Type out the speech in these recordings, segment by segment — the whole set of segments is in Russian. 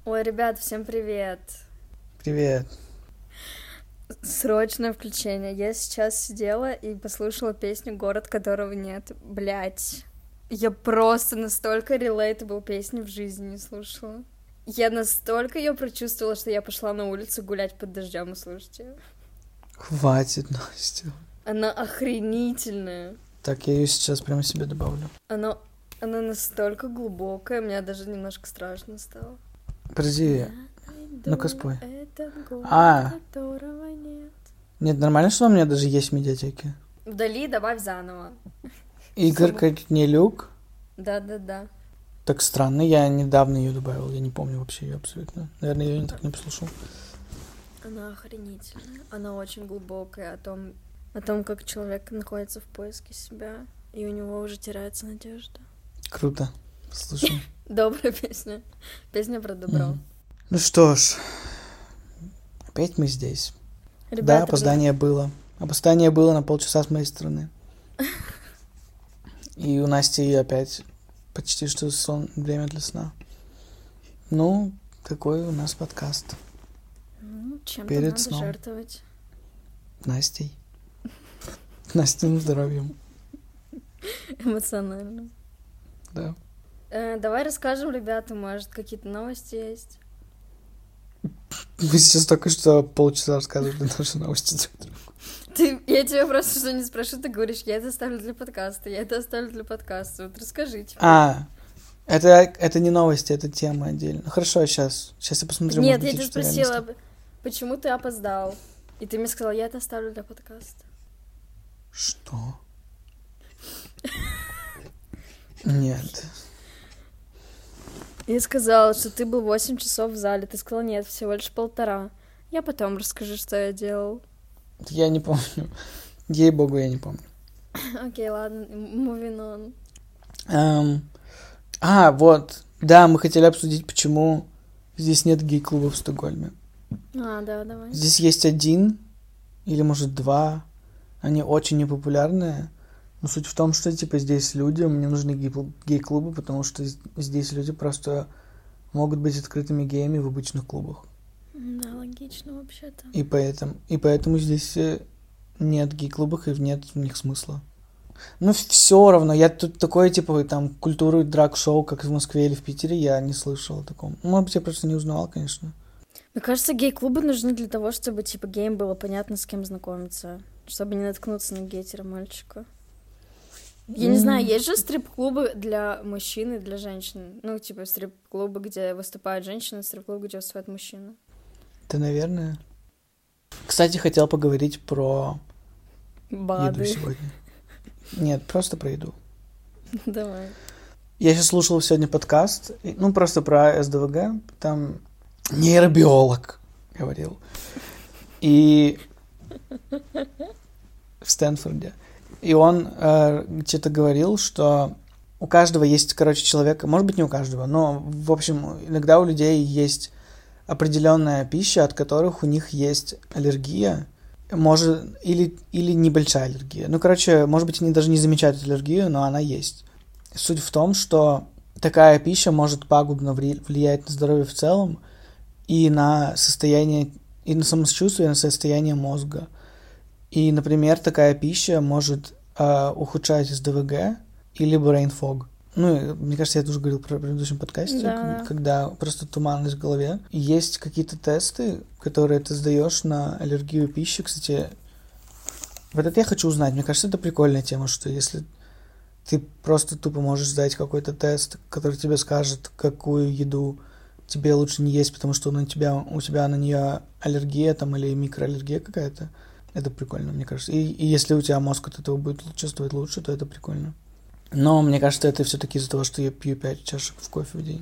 Ой, ребят, всем привет. Привет. Срочное включение. Я сейчас сидела и послушала песню «Город, которого нет». Блять. Я просто настолько relatable песни в жизни не слушала. Я настолько ее прочувствовала, что я пошла на улицу гулять под дождем и слушать ее. Хватит, Настя. Она охренительная. Так, я ее сейчас прямо себе добавлю. Она настолько глубокая, мне даже немножко страшно стало. Подожди, ну-ка спой. Этот город, А. которого нет. Нет, нормально, что у меня даже есть в медиатеке? Вдали добавь заново. Игорь Корнелюк. Да. Так странно, я недавно ее добавил, я не помню вообще ее абсолютно. Наверное, я ее так не послушал. Она охренительная. Она очень глубокая о том, как человек находится в поиске себя, и у него уже теряется надежда. Круто. Слушай. Добрая песня. Песня про добро. Ну что ж, опять мы здесь. Ребята, да, опоздание было. Опоздание было на полчаса с моей стороны. И у Насти опять почти что время для сна. Ну, такой у нас подкаст. Чем-то перед надо сном. жертвовать. Настей. Настиным здоровьем. Эмоционально. Да. Давай расскажем, ребята, может, какие-то новости есть? Вы сейчас только что полчаса рассказывали наши новости. Я тебя просто что не спрошу, ты говоришь, я это оставлю для подкаста, я это оставлю для подкаста. Вот расскажите. Это не новости, это тема отдельно. Хорошо, сейчас я посмотрю. Нет, я тебя спросила, почему ты опоздал? И ты мне сказала, я это оставлю для подкаста. Что? Нет. Я сказала, что ты был 8 часов в зале. Ты сказала, нет, всего лишь 1,5. Я потом расскажу, что я делал. Я не помню. Ей-богу, я не помню. Окей, ладно, moving on. Вот. Да, мы хотели обсудить, почему здесь нет гей-клуба в Стокгольме. Да, давай. Здесь есть один, или, может, два. Они очень непопулярные. Но суть в том, что, здесь людям не нужны гей-клубы, потому что здесь люди просто могут быть открытыми геями в обычных клубах. Да, логично вообще-то. И поэтому здесь нет гей-клубов, и нет в них смысла. Ну, все равно. Я тут такой, культуру драг-шоу, как в Москве или в Питере, я не слышал о таком. Может быть, я просто не узнавал, конечно. Мне кажется, гей-клубы нужны для того, чтобы, геям было понятно, с кем знакомиться. Чтобы не наткнуться на гейтера-мальчика. Я не знаю, есть же стрип-клубы для мужчин и для женщин. Ну, стрип-клубы, где выступают женщины, стрип-клубы, где выступают мужчины. Да, наверное. Кстати, хотел поговорить про БАДы. Еду сегодня. Нет, просто про еду. Давай. Я сейчас слушал сегодня подкаст, просто про СДВГ. Там нейробиолог говорил. И в Стэнфорде. И он что-то говорил, что у каждого есть, человека, может быть, не у каждого, но, в общем, иногда у людей есть определенная пища, от которых у них есть аллергия, или небольшая аллергия. Может быть, они даже не замечают аллергию, но она есть. Суть в том, что такая пища может пагубно влиять на здоровье в целом и на состояние, и на самочувствие, и на состояние мозга. И, например, такая пища может ухудшать СДВГ или brain fog. Мне кажется, я это уже говорил про предыдущем подкасте, да. Когда просто туманность в голове. И есть какие-то тесты, которые ты сдаешь на аллергию пищи. Кстати, вот это я хочу узнать. Мне кажется, это прикольная тема, что если ты просто тупо можешь сдать какой-то тест, который тебе скажет, какую еду тебе лучше не есть, потому что у тебя на нее аллергия или микроаллергия какая-то, это прикольно, мне кажется. И если у тебя мозг от этого будет чувствовать лучше, то это прикольно. Но мне кажется, это все-таки из-за того, что я пью 5 чашек в кофе в день.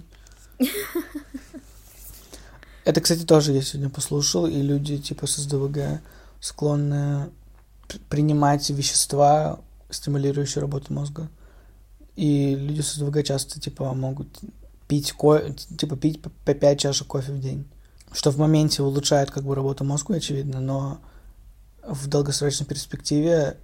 Это, кстати, тоже я сегодня послушал, и люди с СДВГ склонны принимать вещества, стимулирующие работу мозга. И люди с СДВГ часто, могут пить по 5 чашек кофе в день. Что в моменте улучшает, работу мозга, очевидно, но в долгосрочной перспективе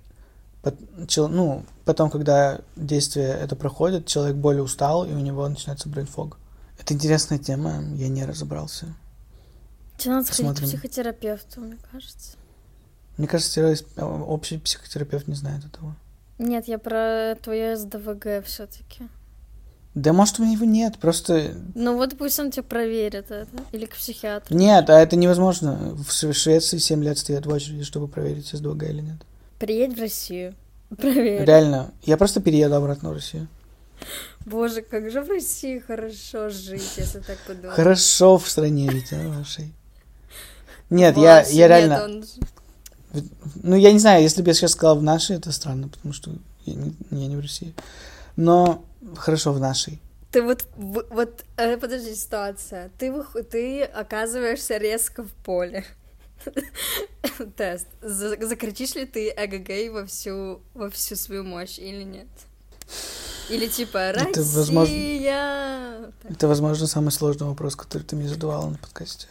потом, когда действие это проходит, человек более устал, и у него начинается brain fog. Это интересная тема, я не разобрался. Тебе надо сходить к Посмотрим. психотерапевту, мне кажется. Мне кажется, общий психотерапевт не знает этого. Нет, я про твое СДВГ все-таки. Да, может, у него нет, просто... Ну вот пусть он тебя проверит это. Или к психиатру. Нет, а это невозможно. В Швеции 7 лет стоят в очереди, чтобы проверить, СДВГ или нет. Приедь в Россию. Проверь. Реально. Я просто перееду обратно в Россию. Боже, как же в России хорошо жить, если так подумать. Хорошо в стране ведь, вашей. Нет, я реально... Ну, я не знаю, если бы я сейчас сказал в нашей, это странно, потому что я не в России. Но хорошо в нашей. Ты подожди, ситуация. Ты оказываешься резко в поле. Тест. Закричишь ли ты эгэгэй во всю свою мощь или нет? Или типа «Россия». Это, возможно, самый сложный вопрос, который ты мне задавала на подкасте.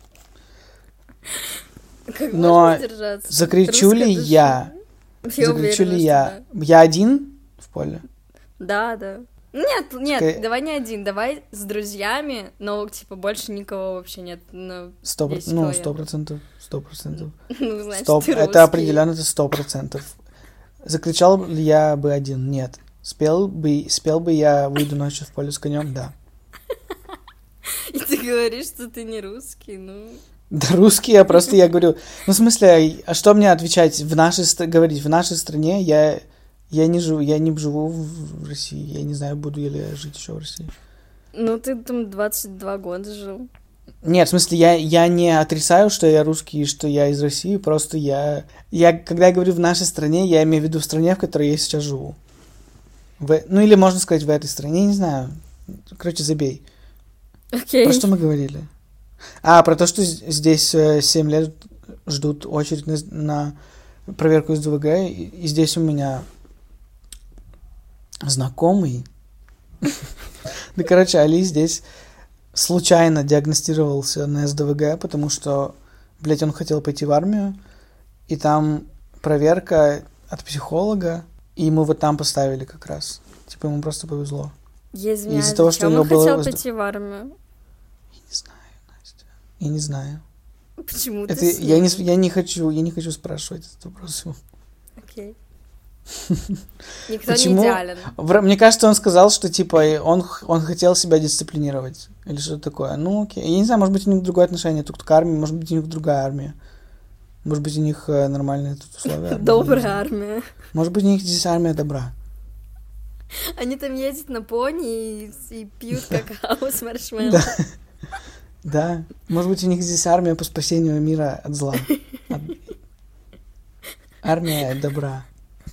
Как Но можно держаться? закричу ли я? Закричу ли я? Я один в поле? Да. Нет, давай не один, давай с друзьями, но, типа, больше никого вообще нет. 100%. Ну, значит, Стоп, ты это русский. определенно, это 100%. Закричал ли я бы один? Нет. Спел бы я «Выйду ночью в поле с конем»? Да. И ты говоришь, что ты не русский, ну... Да русский, я говорю... Ну, в смысле, а что мне отвечать? Говорить, в нашей стране я не живу в России. Я не знаю, буду ли я жить еще в России. Ну, ты там 22 года жил. Нет, в смысле, я не отрицаю, что я русский и что я из России, просто когда я говорю «в нашей стране», я имею в виду в стране, в которой я сейчас живу. Ну, или можно сказать «в этой стране», не знаю. Короче, забей. Окей. Про что мы говорили? Про то, что здесь 7 лет ждут очередь на проверку СДВГ, и здесь у меня знакомый. Да, короче, Али здесь случайно диагностировался на СДВГ, потому что, блядь, он хотел пойти в армию, и там проверка от психолога, и ему вот там поставили как раз. Типа, ему просто повезло. Я извиняюсь, из-за того, что у зачем него он было хотел пойти в армию? Не знаю, Настя. Я не знаю. Почему Это ты я не хочу спрашивать этот вопрос. Окей. Никто Почему? не идеален. Мне кажется, он сказал, что типа он хотел себя дисциплинировать. Или что-то такое. Ну, окей. Я не знаю, может быть, у них другое отношение тут к армии, может быть, у них другая армия. Может быть, у них нормальные тут условия. Добрая армия. Может быть, у них здесь армия добра. Они там ездят на пони и пьют какао с маршмеллоу. Да. Может быть, у них здесь армия по спасению мира от зла. Армия добра.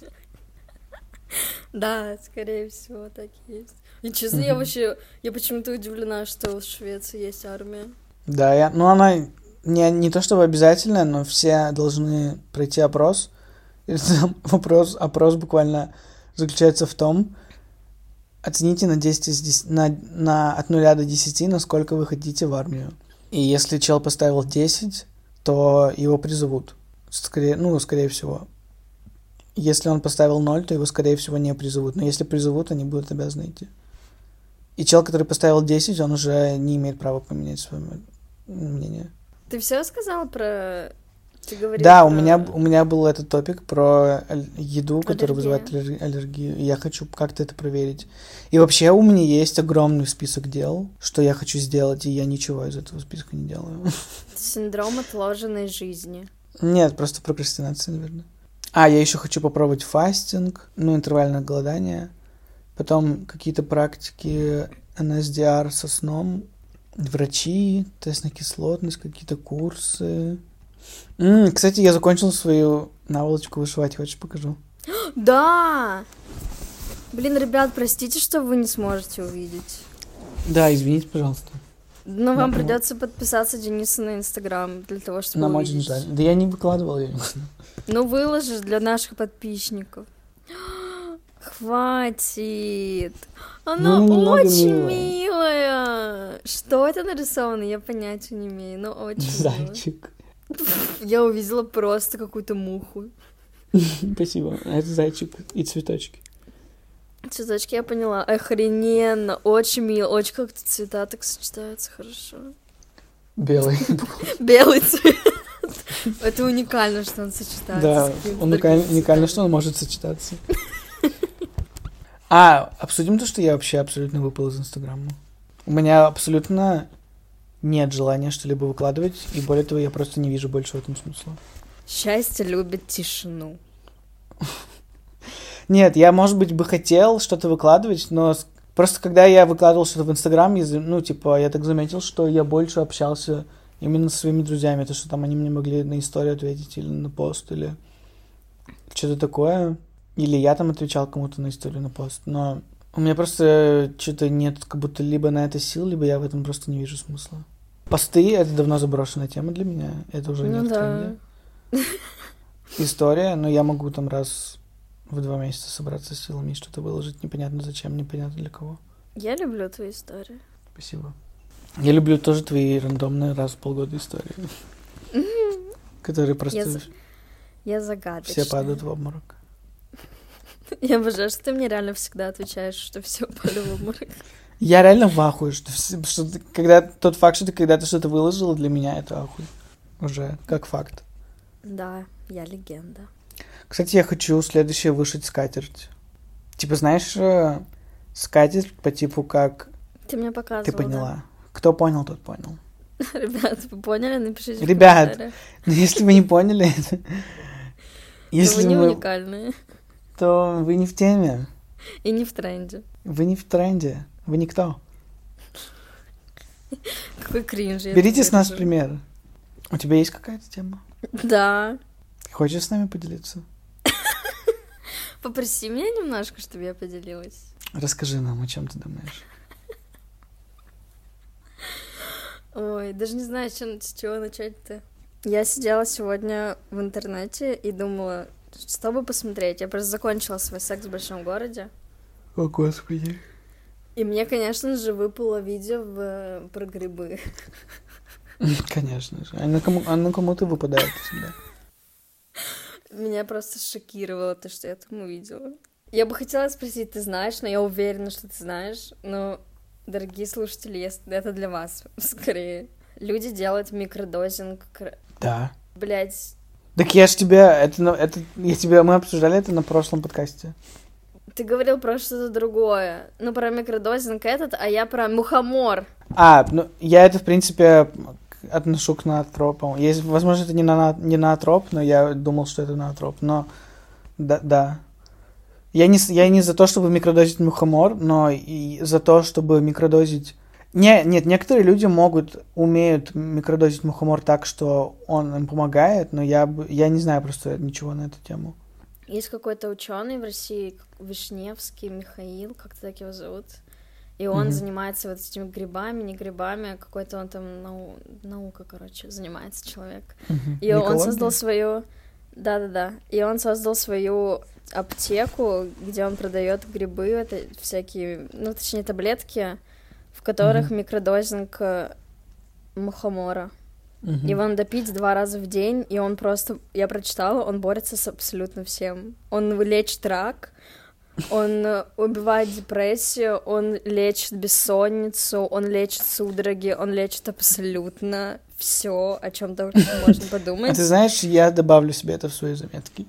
Да, скорее всего, так и есть. И честно, я почему-то удивлена, что в Швеции есть армия. Да, она не то чтобы обязательная, но все должны пройти опрос. И там опрос буквально заключается в том, оцените на 10 от 0 до 10, насколько вы хотите в армию. И если чел поставил 10, то его призовут. Скорее всего. Если он поставил 0, то его, скорее всего, не призовут. Но если призовут, они будут обязаны идти. И чел, который поставил 10, он уже не имеет права поменять свое мнение. Ты все сказал про... Ты говорил да, про... у меня был этот топик про еду, которая Аллергия. вызывает аллергию. И я хочу как-то это проверить. И вообще у меня есть огромный список дел, что я хочу сделать, и я ничего из этого списка не делаю. Синдром отложенной жизни. Нет, просто прокрастинация, наверное. Я еще хочу попробовать фастинг, интервальное голодание. Потом какие-то практики НСДР со сном, врачи, тест на кислотность, какие-то курсы. Кстати, я закончил свою наволочку вышивать, хочешь покажу? Да! Блин, ребят, простите, что вы не сможете увидеть. Да, извините, пожалуйста. Но вам придется подписаться Денису на Инстаграм для того, чтобы Нам увидеть. очень жаль. Да я не выкладывал ее. Ну, выложишь для наших подписчиков. Хватит. Она очень милая. Что это нарисовано? Я понятия не имею, но очень Зайчик. Я увидела просто какую-то муху. Спасибо. Это зайчик и цветочки. Цветочки я поняла. Охрененно. Очень мило. Очень как-то цвета так сочетаются хорошо. Белый. Белый цвет. Это уникально, что он сочетается. Да, уникально, что он может сочетаться. Обсудим то, что я вообще абсолютно выпал из Инстаграма. У меня абсолютно нет желания что-либо выкладывать, и более того, я просто не вижу больше в этом смысла. Счастье любит тишину. Нет, я, может быть, бы хотел что-то выкладывать, но просто когда я выкладывал что-то в Инстаграм, я так заметил, что я больше общался именно со своими друзьями, то, что там они мне могли на историю ответить или на пост, или что-то такое. Или я там отвечал кому-то на историю, на пост. Но у меня просто что-то нет как будто либо на это сил, либо я в этом просто не вижу смысла. Посты — это давно заброшенная тема для меня. Это уже не в тренде. История, но я могу там раз в 2 месяца собраться с силами и что-то выложить. Непонятно зачем, непонятно для кого. Я люблю твои истории. Спасибо. Я люблю тоже твои рандомные раз в полгода истории. Которые просто... Я загадочная. Все падают в обморок. Я обожаю, что ты мне реально всегда отвечаешь, что все упали в обморок. Я реально в ахуе, что тот факт, что ты когда-то что-то выложила, для меня это ахуй. Уже как факт. Да, я легенда. Кстати, я хочу следующее вышить скатерть. Типа, знаешь, скатерть по типу как... Ты мне показывала, Ты поняла. Да? Кто понял, тот понял. Ребят, вы поняли? Напишите в комментариях. Если вы не поняли... Если вы не уникальные. То вы не в теме. И не в тренде. Вы не в тренде. Вы никто. Какой кринж. Берите с нас пример. У тебя есть какая-то тема? Да. Хочешь с нами поделиться? Попроси меня немножко, чтобы я поделилась. Расскажи нам, о чем ты думаешь. Ой, даже не знаю, с чего начать-то. Я сидела сегодня в интернете и думала, что бы посмотреть. Я просто закончила свой «Секс в большом городе». О, Господи. И мне, конечно же, выпало видео про грибы. Конечно же. А на кому ты выпадает всегда? Меня просто шокировало то, что я там увидела. Я бы хотела спросить, ты знаешь, но я уверена, что ты знаешь. Но, дорогие слушатели, это для вас скорее. Люди делают микродозинг. Да. Блять. Так я ж тебя... Мы обсуждали это на прошлом подкасте. Ты говорил про что-то другое. Ну, про микродозинг а я про мухомор. Я это, в принципе, отношу к ноотропам. Возможно, это не ноотроп, но я думал, что это ноотроп. Но, да. Я не за то, чтобы микродозить мухомор, но и за то, чтобы микродозить... Нет, некоторые люди умеют микродозить мухомор так, что он им помогает, но я не знаю просто ничего на эту тему. Есть какой-то ученый в России, Вишневский Михаил, как-то так его зовут, и он занимается вот этими грибами, не грибами, какой-то он там наука, занимается человек. И он создал свою... Да. И он создал свою аптеку, где он продает грибы, это всякие, точнее, таблетки, в которых микродозинг мухомора. Его надо пить 2 раза в день, и он просто, я прочитала, он борется с абсолютно всем. Он лечит рак, он убивает депрессию, он лечит бессонницу, он лечит судороги, он лечит абсолютно все, о чем только можно подумать. А ты знаешь, я добавлю себе это в свои заметки.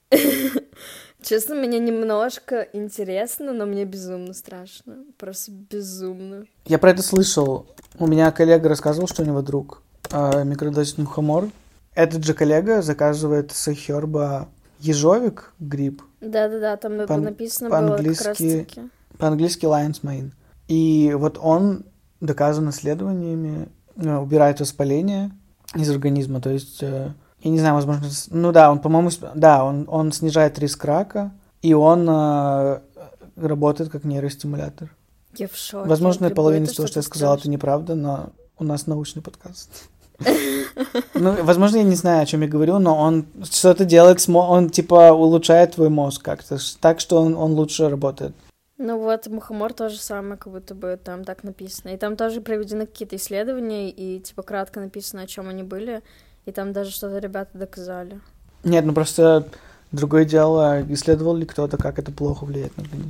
Честно, мне немножко интересно, но мне безумно страшно. Просто безумно. Я про это слышал. У меня коллега рассказывал, что у него друг микродозит мухомор. Этот же коллега заказывает с херба ежовик, гриб. Да, там написано было как раз-таки. По-английски lion's mane. И вот он, доказан исследованиями, убирает воспаление из организма. То есть, я не знаю, возможно... он, по-моему... Да, он снижает риск рака, и он работает как нейростимулятор. Я в шоке. Возможно, половина из того, что я сказала, это неправда, но у нас научный подкаст. Возможно, я не знаю, о чем я говорю, но он что-то делает, он типа улучшает твой мозг как-то, так что он лучше работает. Мухомор тоже самое, как будто бы там так написано. И там тоже проведены какие-то исследования, и типа кратко написано, о чем они были, и там даже что-то ребята доказали. Нет, просто другое дело, исследовал ли кто-то, как это плохо влияет на организм.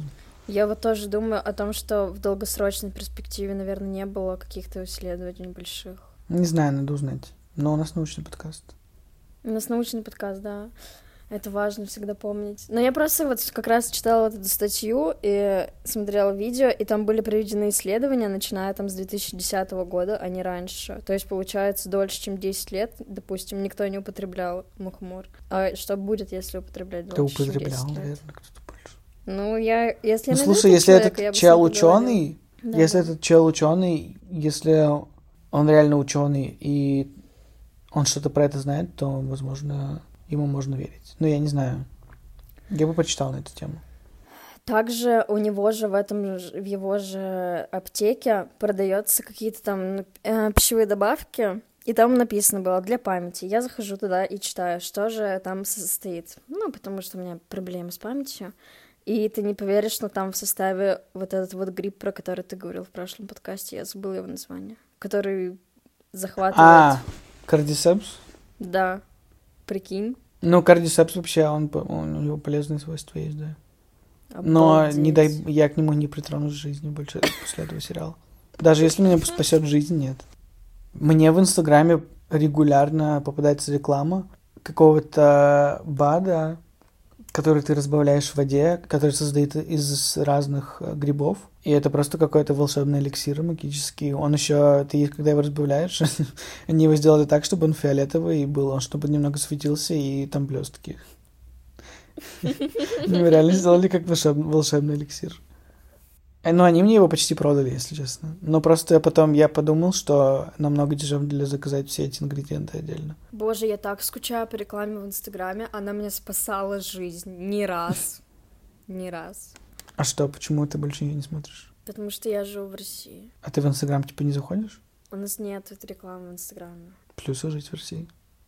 Я вот тоже думаю о том, что в долгосрочной перспективе, наверное, не было каких-то исследований больших. Не знаю, надо узнать. Но у нас научный подкаст. У нас научный подкаст, да. Это важно всегда помнить. Но я просто вот как раз читала вот эту статью и смотрела видео, и там были проведены исследования, начиная там с 2010 года, а не раньше. То есть, получается, дольше, чем 10 лет, допустим, никто не употреблял мухомор. А что будет, если употреблять дольше, чем 10 лет? Ты употреблял, наверное, кто-то больше. Ну, если ну, я слушай, если этот чел ученый, да, если да. этот чел ученый, если он реально ученый и он что-то про это знает, то, возможно, ему можно верить. Но я не знаю. Я бы почитал на эту тему. Также у него же в его же аптеке продаются какие-то там пищевые добавки, и там написано было «для памяти». Я захожу туда и читаю, что же там состоит. Ну, потому что у меня проблемы с памятью. И ты не поверишь, но там в составе вот этот вот гриб, про который ты говорил в прошлом подкасте, я забыла его название, который захватывает... Кардицепс? Да, прикинь. Ну, кардицепс вообще, у него полезные свойства есть, да. Обалдеть. Но я к нему не притронусь в жизни больше после этого сериала. Даже если меня спасет жизнь, нет. Мне в Инстаграме регулярно попадается реклама какого-то БАДа, который ты разбавляешь в воде, который создает из разных грибов. И это просто какой-то волшебный эликсир магический. Он еще, ты когда его разбавляешь, они его сделали так, чтобы он фиолетовый был, чтобы немного светился, и там блестки. Они реально сделали как волшебный эликсир. Но они мне его почти продали, если честно. Но просто потом я подумал, что намного дешевле заказать все эти ингредиенты отдельно. Боже, я так скучаю по рекламе в Инстаграме. Она мне спасала жизнь. Ни раз. Ни раз. А что, почему ты больше ее не смотришь? Потому что я живу в России. А ты в Инстаграм типа не заходишь? У нас нет рекламы в Инстаграме. Плюсы жить в России.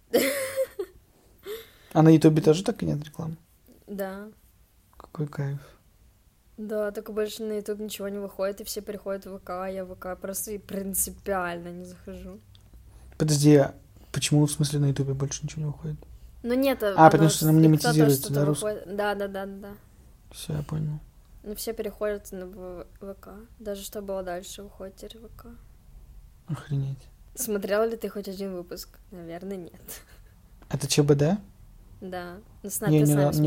А на Ютубе тоже так и нет рекламы? Да. Какой кайф. Да, только больше на YouTube ничего не выходит, и все переходят в ВК, а я в ВК просто и принципиально не захожу. Подожди, а почему, в смысле, на Ютубе больше ничего не выходит? Ну нет, потому что нам не монетизируется, да, Да. Все, я понял. Ну все переходят на ВК. Даже что было дальше, выходит теперь ВК. Охренеть. Смотрел ли ты хоть один выпуск? Наверное, нет. Это ЧБД? Да. Ну, Я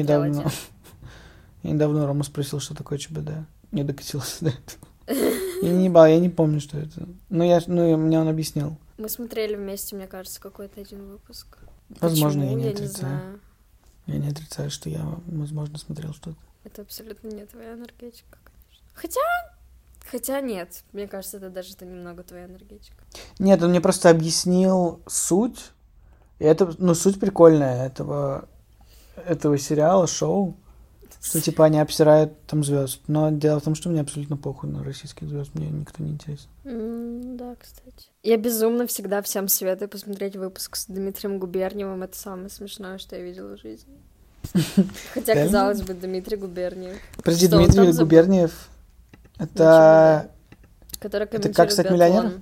недавно Рома спросил, что такое ЧБД. Не докатился до этого. Я не помню, что это. Мне он объяснил. Мы смотрели вместе, мне кажется, какой-то один выпуск. Возможно, почему? я не отрицаю. Не знаю. Я не отрицаю, что я, возможно, смотрел что-то. Это абсолютно не твоя энергетика, конечно. Хотя нет, мне кажется, это немного твоя энергетика. Нет, он мне просто объяснил суть. И это, суть прикольная этого сериала, шоу. Что, типа, они обсирают там звезд. Но дело в том, что мне абсолютно похуй на российских звезд. Мне никто не интересен. Да, кстати. Я безумно всегда всем советую посмотреть выпуск с Дмитрием Губерниевым. Это самое смешное, что я видела в жизни. Хотя, казалось бы, Дмитрий Губерниев. Подожди, Дмитрий Губерниев? Это... Который комментирует это как стать миллионером?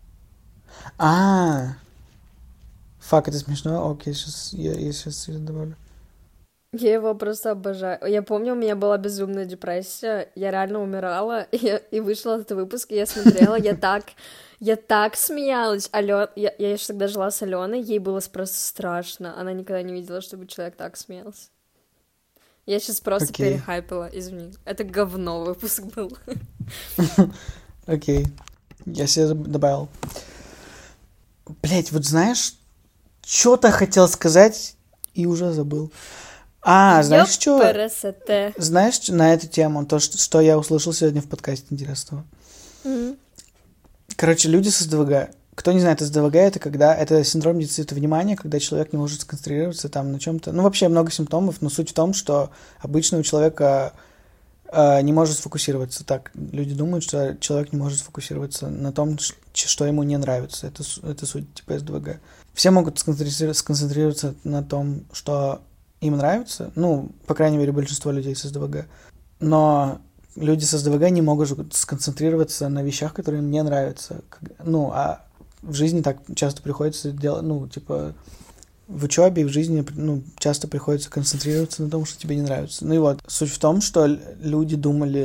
Фак, это смешно. Окей, я сейчас ее добавлю. Я его просто обожаю. Я помню, у меня была безумная депрессия. Я реально умирала. И вышел этот выпуск, и я смотрела. Я так смеялась. Я еще тогда жила с Аленой. Ей было просто страшно. Она никогда не видела, чтобы человек так смеялся. Я сейчас просто перехайпила, извини. Это говно выпуск был. Окей. Я себе добавил. Блять, вот знаешь, что-то хотел сказать и уже забыл. Знаешь что? Знаешь, на эту тему, то, что я услышал сегодня в подкасте интересного? Короче, люди с СДВГ. Кто не знает, СДВГ это синдром дефицита внимания, когда человек не может сконцентрироваться там на чем-то. Вообще много симптомов, но суть в том, что обычно у человека не может сфокусироваться. Так, люди думают, что человек не может сфокусироваться на том, что ему не нравится. Это суть типа СДВГ. Все могут сконцентрироваться на том, что им нравится. По крайней мере, большинство людей с СДВГ. Но люди с СДВГ не могут сконцентрироваться на вещах, которые им не нравятся. А в жизни так часто приходится делать, в учебе и в жизни, часто приходится концентрироваться на том, что тебе не нравится. Суть в том, что люди думали,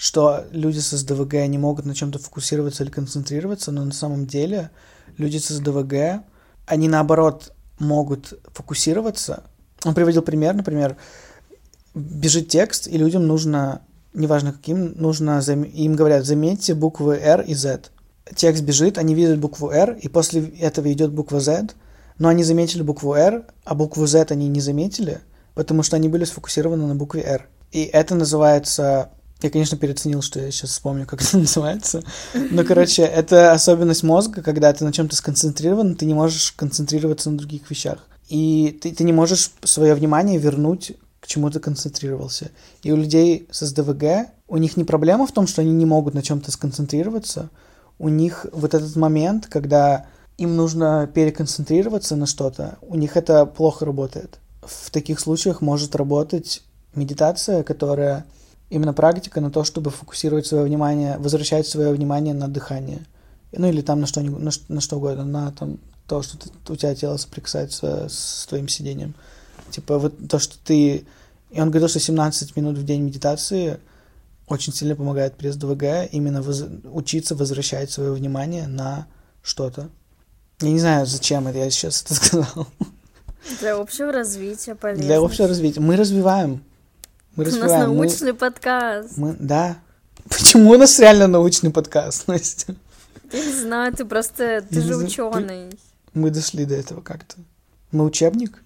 что люди с СДВГ не могут на чем-то фокусироваться или концентрироваться, но на самом деле люди с СДВГ, они наоборот могут фокусироваться. Он приводил пример, например, бежит текст, и людям нужно, неважно каким, им говорят, заметьте буквы R и Z. Текст бежит, они видят букву R, и после этого идет буква Z, но они заметили букву R, а букву Z они не заметили, потому что они были сфокусированы на букве R. И это называется... Я, конечно, переоценил, что я сейчас вспомню, как это называется. Но, короче, это особенность мозга, когда ты на чем-то сконцентрирован, ты не можешь концентрироваться на других вещах. И ты не можешь свое внимание вернуть к чему ты концентрировался. И у людей с СДВГ, у них не проблема в том, что они не могут на чем-то сконцентрироваться. У них вот этот момент, когда им нужно переконцентрироваться на что-то, у них это плохо работает. В таких случаях может работать медитация, которая... Именно практика на то, чтобы фокусировать свое внимание, возвращать свое внимание на дыхание. Ну или там на что угодно, на там, то, что у тебя тело соприкасается с твоим сидением. Типа вот то, что ты... И он говорил, что 17 минут в день медитации очень сильно помогает при СДВГ именно учиться возвращать свое внимание на что-то. Я не знаю, зачем это я сейчас это сказал. Для общего развития полезно. Для общего развития. Мы развиваем. У нас научный подкаст. Да. Почему у нас реально научный подкаст, Настя? Я не знаю, ты же ученый. Мы дошли до этого как-то. Мы учебник?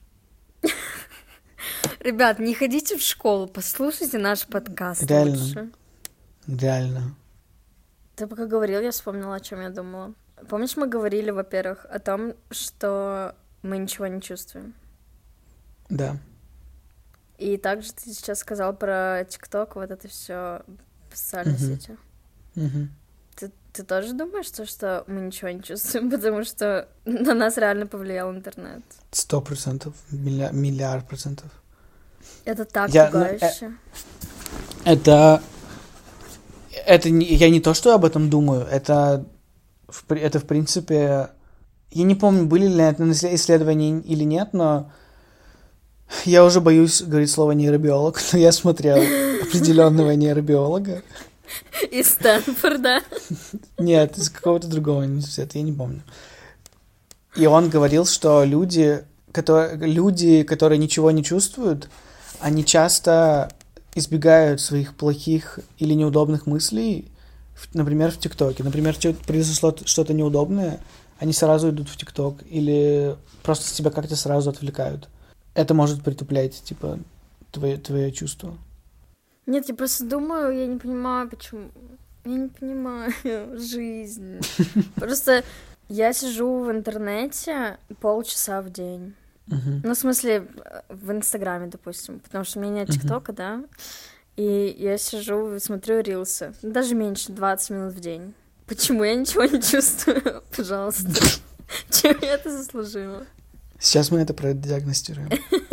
Ребят, не ходите в школу, послушайте наш подкаст лучше. Реально. Ты пока говорил, я вспомнила, о чем я думала. Помнишь, мы говорили, во-первых, о том, что мы ничего не чувствуем? Да. И также ты сейчас сказал про ТикТок, вот это все в социальной сети. Ты тоже думаешь, что мы ничего не чувствуем, потому что на нас реально повлиял интернет? 100%, миллиард процентов. Это так пугающе. Это я не то, что об этом думаю, это в принципе... Я не помню, были ли это исследования или нет, но я уже боюсь говорить слово нейробиолог, но я смотрел определенного нейробиолога. Из Стэнфорда? Нет, из какого-то другого университета, я не помню. И он говорил, что люди, которые ничего не чувствуют, они часто избегают своих плохих или неудобных мыслей, например, в ТикТоке. Например, произошло что-то неудобное, они сразу идут в ТикТок или просто тебя как-то сразу отвлекают. Это может притуплять, типа, твое чувство. Нет, я просто думаю, я не понимаю, почему... Я не понимаю жизнь. Просто я сижу в интернете полчаса в день. Ну, в смысле, в Инстаграме, допустим, потому что у меня нет ТикТока, да, и я сижу, смотрю рилсы, даже меньше, 20 минут в день. Почему я ничего не чувствую? Пожалуйста. Чем я это заслужила? Сейчас мы это продиагностируем.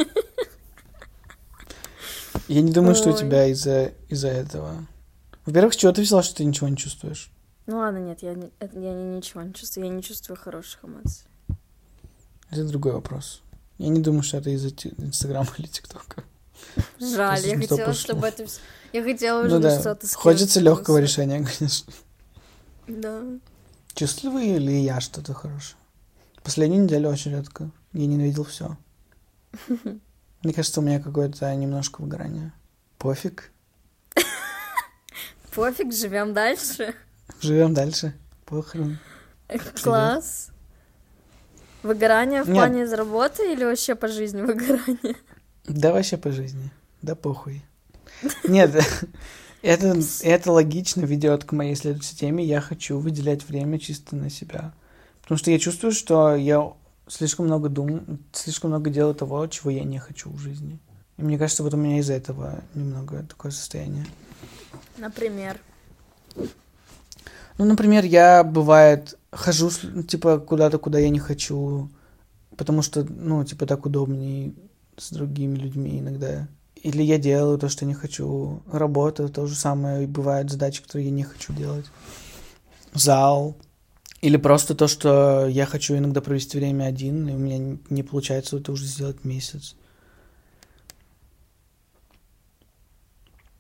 Я не думаю, что у тебя из-за этого. Во-первых, с чего ты взяла, что ты ничего не чувствуешь? Ну ладно, нет, я ничего не чувствую. Я не чувствую хороших эмоций. Это другой вопрос. Я не думаю, что это из-за Инстаграма или ТикТока. Жаль, я хотела, чтобы это... Я хотела уже что-то скинуть. Хочется легкого решения, конечно. Да. Чувствую ли я что-то хорошее? Последнюю неделю очень редко. Я ненавидел все. Мне кажется, у меня какое-то немножко выгорание. Пофиг. Пофиг, живем дальше. Живем дальше. Похрен. Класс. Выгорание в плане из работы или вообще по жизни выгорание? Да вообще по жизни. Да похуй. Нет, это логично ведет к моей следующей теме. Я хочу выделять время чисто на себя. Потому что я чувствую, что я слишком много делаю того, чего я не хочу в жизни. И мне кажется, вот у меня из-за этого немного такое состояние. Например? Ну, например, я, бывает, хожу, типа, куда-то, куда я не хочу, потому что, ну, типа, так удобнее с другими людьми иногда. Или я делаю то, что не хочу. Работа, то же самое. И бывают задачи, которые я не хочу делать. Зал. Или просто то, что я хочу иногда провести время один, и у меня не получается это уже сделать месяц.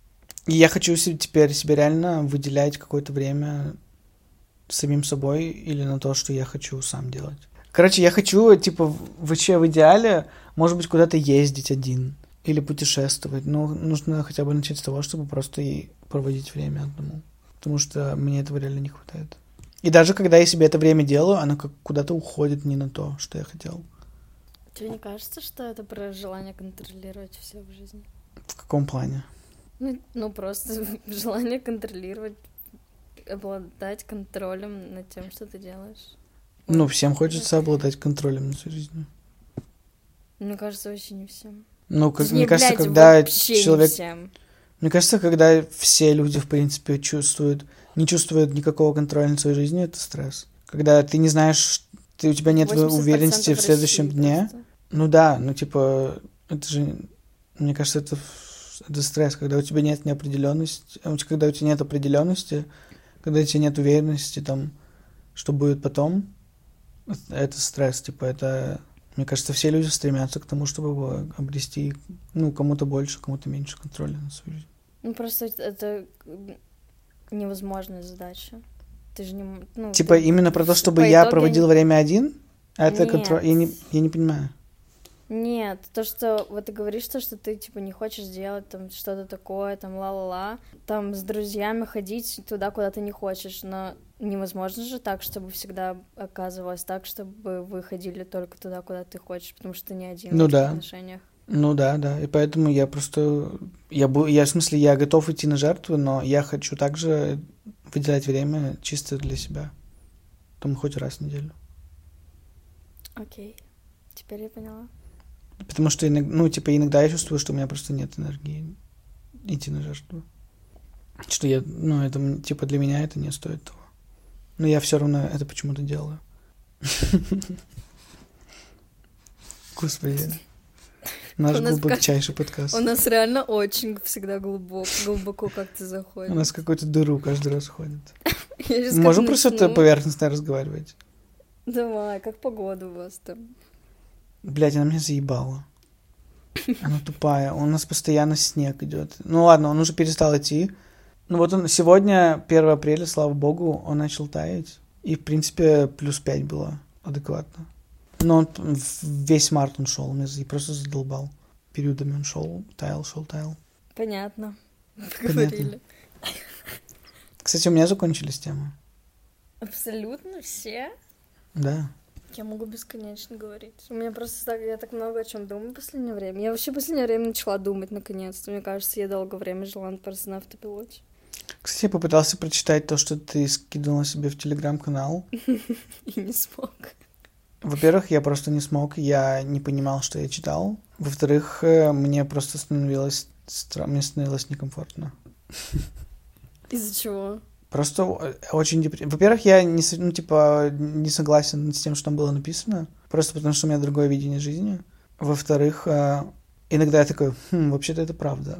И я хочу теперь себе реально выделять какое-то время самим собой или на то, что я хочу сам делать. Короче, я хочу, типа, вообще в идеале, может быть, куда-то ездить один или путешествовать. Но нужно хотя бы начать с того, чтобы просто и проводить время одному. Потому что мне этого реально не хватает. И даже когда я себе это время делаю, оно как куда-то уходит не на то, что я хотел. Тебе не кажется, что это про желание контролировать все в жизни? В каком плане? Ну просто желание контролировать, обладать контролем над тем, что ты делаешь. Ну, всем хочется обладать контролем над своей жизнью. Мне кажется, вообще не всем. Ну, Не, мне кажется, блядь, когда вообще человек... не всем. Мне кажется, когда все люди, в принципе, не чувствуют никакого контроля над своей жизнью, это стресс. Когда ты не знаешь, у тебя нет 80% уверенности в следующем России дне. просто. Ну да, ну типа, это же, мне кажется, это стресс, когда у тебя нет неопределенности, когда у тебя нет определенности, когда у тебя нет уверенности, там, что будет потом, это стресс, типа, это, мне кажется, все люди стремятся к тому, чтобы обрести, ну, кому-то больше, кому-то меньше контроля над своей жизнью. Ну просто это невозможная задача. Ты же не... Ну, Типа, ты... именно про то, чтобы По я итоге проводил время один, это Нет. контроль, я не понимаю. Нет, то, что вот ты говоришь, то, что ты, типа, не хочешь делать там что-то такое, там, ла-ла-ла, там, с друзьями ходить туда, куда ты не хочешь, но невозможно же так, чтобы всегда оказывалось так, чтобы вы ходили только туда, куда ты хочешь, потому что ты не один Ну в этих да. отношениях. Ну да, и поэтому я просто, в смысле, я готов идти на жертвы, но я хочу также выделять время чисто для себя, там хоть раз в неделю. Окей, теперь я поняла. Потому что, иногда я чувствую, что у меня просто нет энергии идти на жертву. Что это, типа, для меня это не стоит того. Но я все равно это почему-то делаю. Господи. Наш глубочайший подкаст. У нас реально очень всегда глубоко как-то заходит. У нас какую-то дыру каждый раз ходит. Мы можем просто это поверхностно разговаривать? Давай, как погода у вас там? Блядь, она меня заебала. Она тупая. У нас постоянно снег идет. Ну ладно, он уже перестал идти. Ну вот сегодня, 1 апреля, слава богу, он начал таять. И, в принципе, +5 было адекватно. Но он весь март он шел, меня просто задолбал. Периодами он шел, таял. Понятно. Поговорили. Кстати, у меня закончились темы. Абсолютно все? Да. Я могу бесконечно говорить. У меня просто я так много о чем думаю в последнее время. Я вообще в последнее время начала думать наконец-то. Мне кажется, я долгое время жила просто на автопилоте. Кстати, я попытался прочитать то, что ты скидывала себе в телеграм-канал. И не смог. Во-первых, я просто не смог, я не понимал, что я читал. Во-вторых, мне просто становилось некомфортно. Из-за чего? Просто очень Во-первых, я не согласен с тем, что там было написано, просто потому что у меня другое видение жизни. Во-вторых, иногда я такой, вообще-то это правда.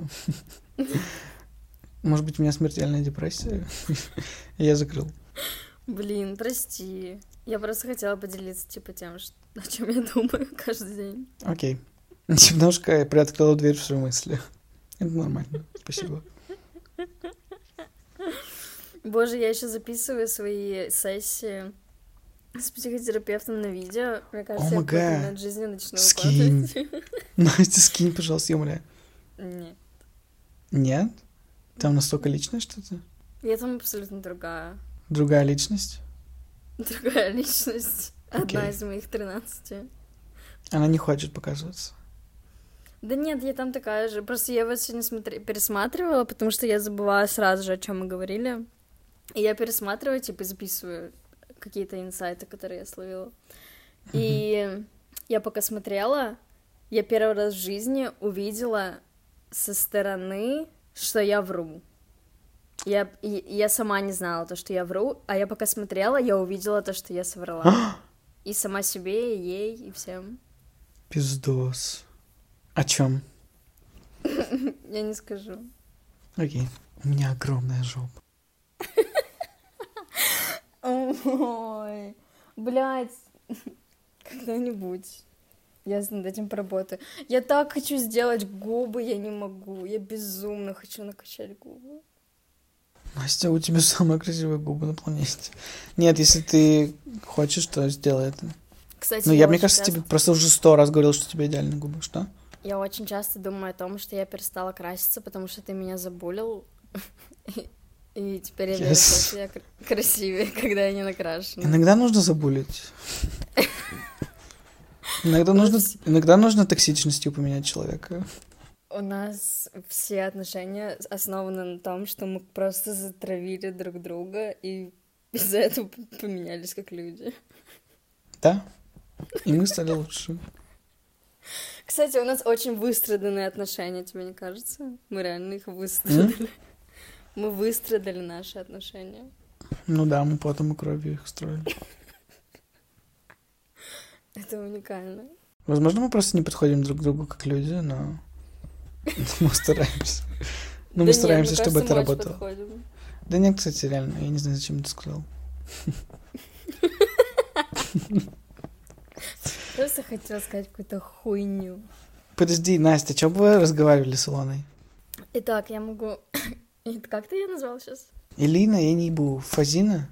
Может быть, у меня смертельная депрессия? И я закрыл. Блин, прости. Я просто хотела поделиться, типа, тем, о чем я думаю каждый день. Окей. Немножко приоткрыла дверь в свои мысли. Это нормально. Спасибо. Боже, я еще записываю свои сессии с психотерапевтом на видео. Мне кажется, я в какой-то момент жизни начну выкладывать. Настя, скинь, пожалуйста, я умоляю. Нет. Нет? Там настолько личное что-то? Я там абсолютно другая. Другая личность? Другая личность. Одна из моих 13. Она не хочет показываться. Да нет, я там такая же. Просто я вот сегодня пересматривала, потому что я забываю сразу же, о чем мы говорили. И я пересматриваю, типа, записываю какие-то инсайты, которые я словила. И я пока смотрела, я первый раз в жизни увидела со стороны, что я вру. Я сама не знала то, что я вру, а я пока смотрела, я увидела то, что я соврала. И сама себе, и ей, и всем. Пиздос. О чем? Я не скажу. Окей. У меня огромная жопа. Ой, блядь. Когда-нибудь. Я над этим поработаю. Я так хочу сделать губы, я не могу. Я безумно хочу накачать губы. Настя, у тебя самые красивые губы на планете. Нет, если ты хочешь, то сделай это. Кстати, Ну, мне кажется, тебе просто уже 100 раз говорил, что у тебя идеальные губы. Что? Я очень часто думаю о том, что я перестала краситься, потому что ты меня забулил. И теперь я верю, что я красивее, когда я не накрашена. Иногда нужно забулить. Иногда нужно токсичностью поменять человека. У нас все отношения основаны на том, что мы просто затравили друг друга и из-за этого поменялись как люди. Да? И мы стали лучше. Кстати, у нас очень выстраданные отношения, тебе не кажется? Мы реально их выстрадали. Мы выстрадали наши отношения. Ну да, мы потом и кровью их строили. Это уникально. Возможно, мы просто не подходим друг к другу как люди, но мы стараемся. Ну, мы стараемся, чтобы это работало. Да нет, кстати, реально, я не знаю, зачем ты сказал. Просто хотела сказать какую-то хуйню. Подожди, Настя, что бы вы разговаривали с Илоной? Итак, я могу... Как ты ее назвал сейчас? Элина, я не ебу. Фаина?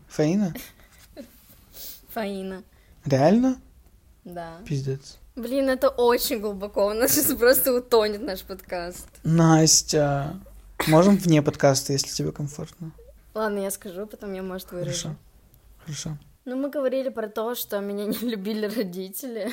Фаина. Реально? Да. Пиздец. Блин, это очень глубоко. У нас сейчас просто утонет наш подкаст. Настя, можем вне подкаста, если тебе комфортно? Ладно, я скажу, потом я, может, вырежу. Хорошо. Ну, мы говорили про то, что меня не любили родители.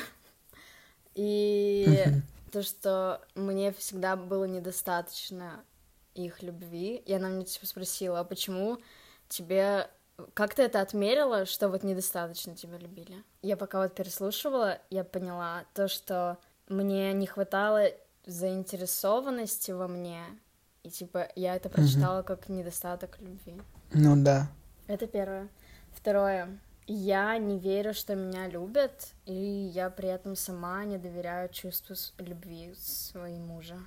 И то, что мне всегда было недостаточно их любви. И она мне типа спросила, а почему тебе... Как ты это отмерила, что вот недостаточно тебя любили? Я пока вот переслушивала, я поняла то, что мне не хватало заинтересованности во мне. И типа я это прочитала как недостаток любви. Ну да. Это первое. Второе. Я не верю, что меня любят, и я при этом сама не доверяю чувству любви своему мужа.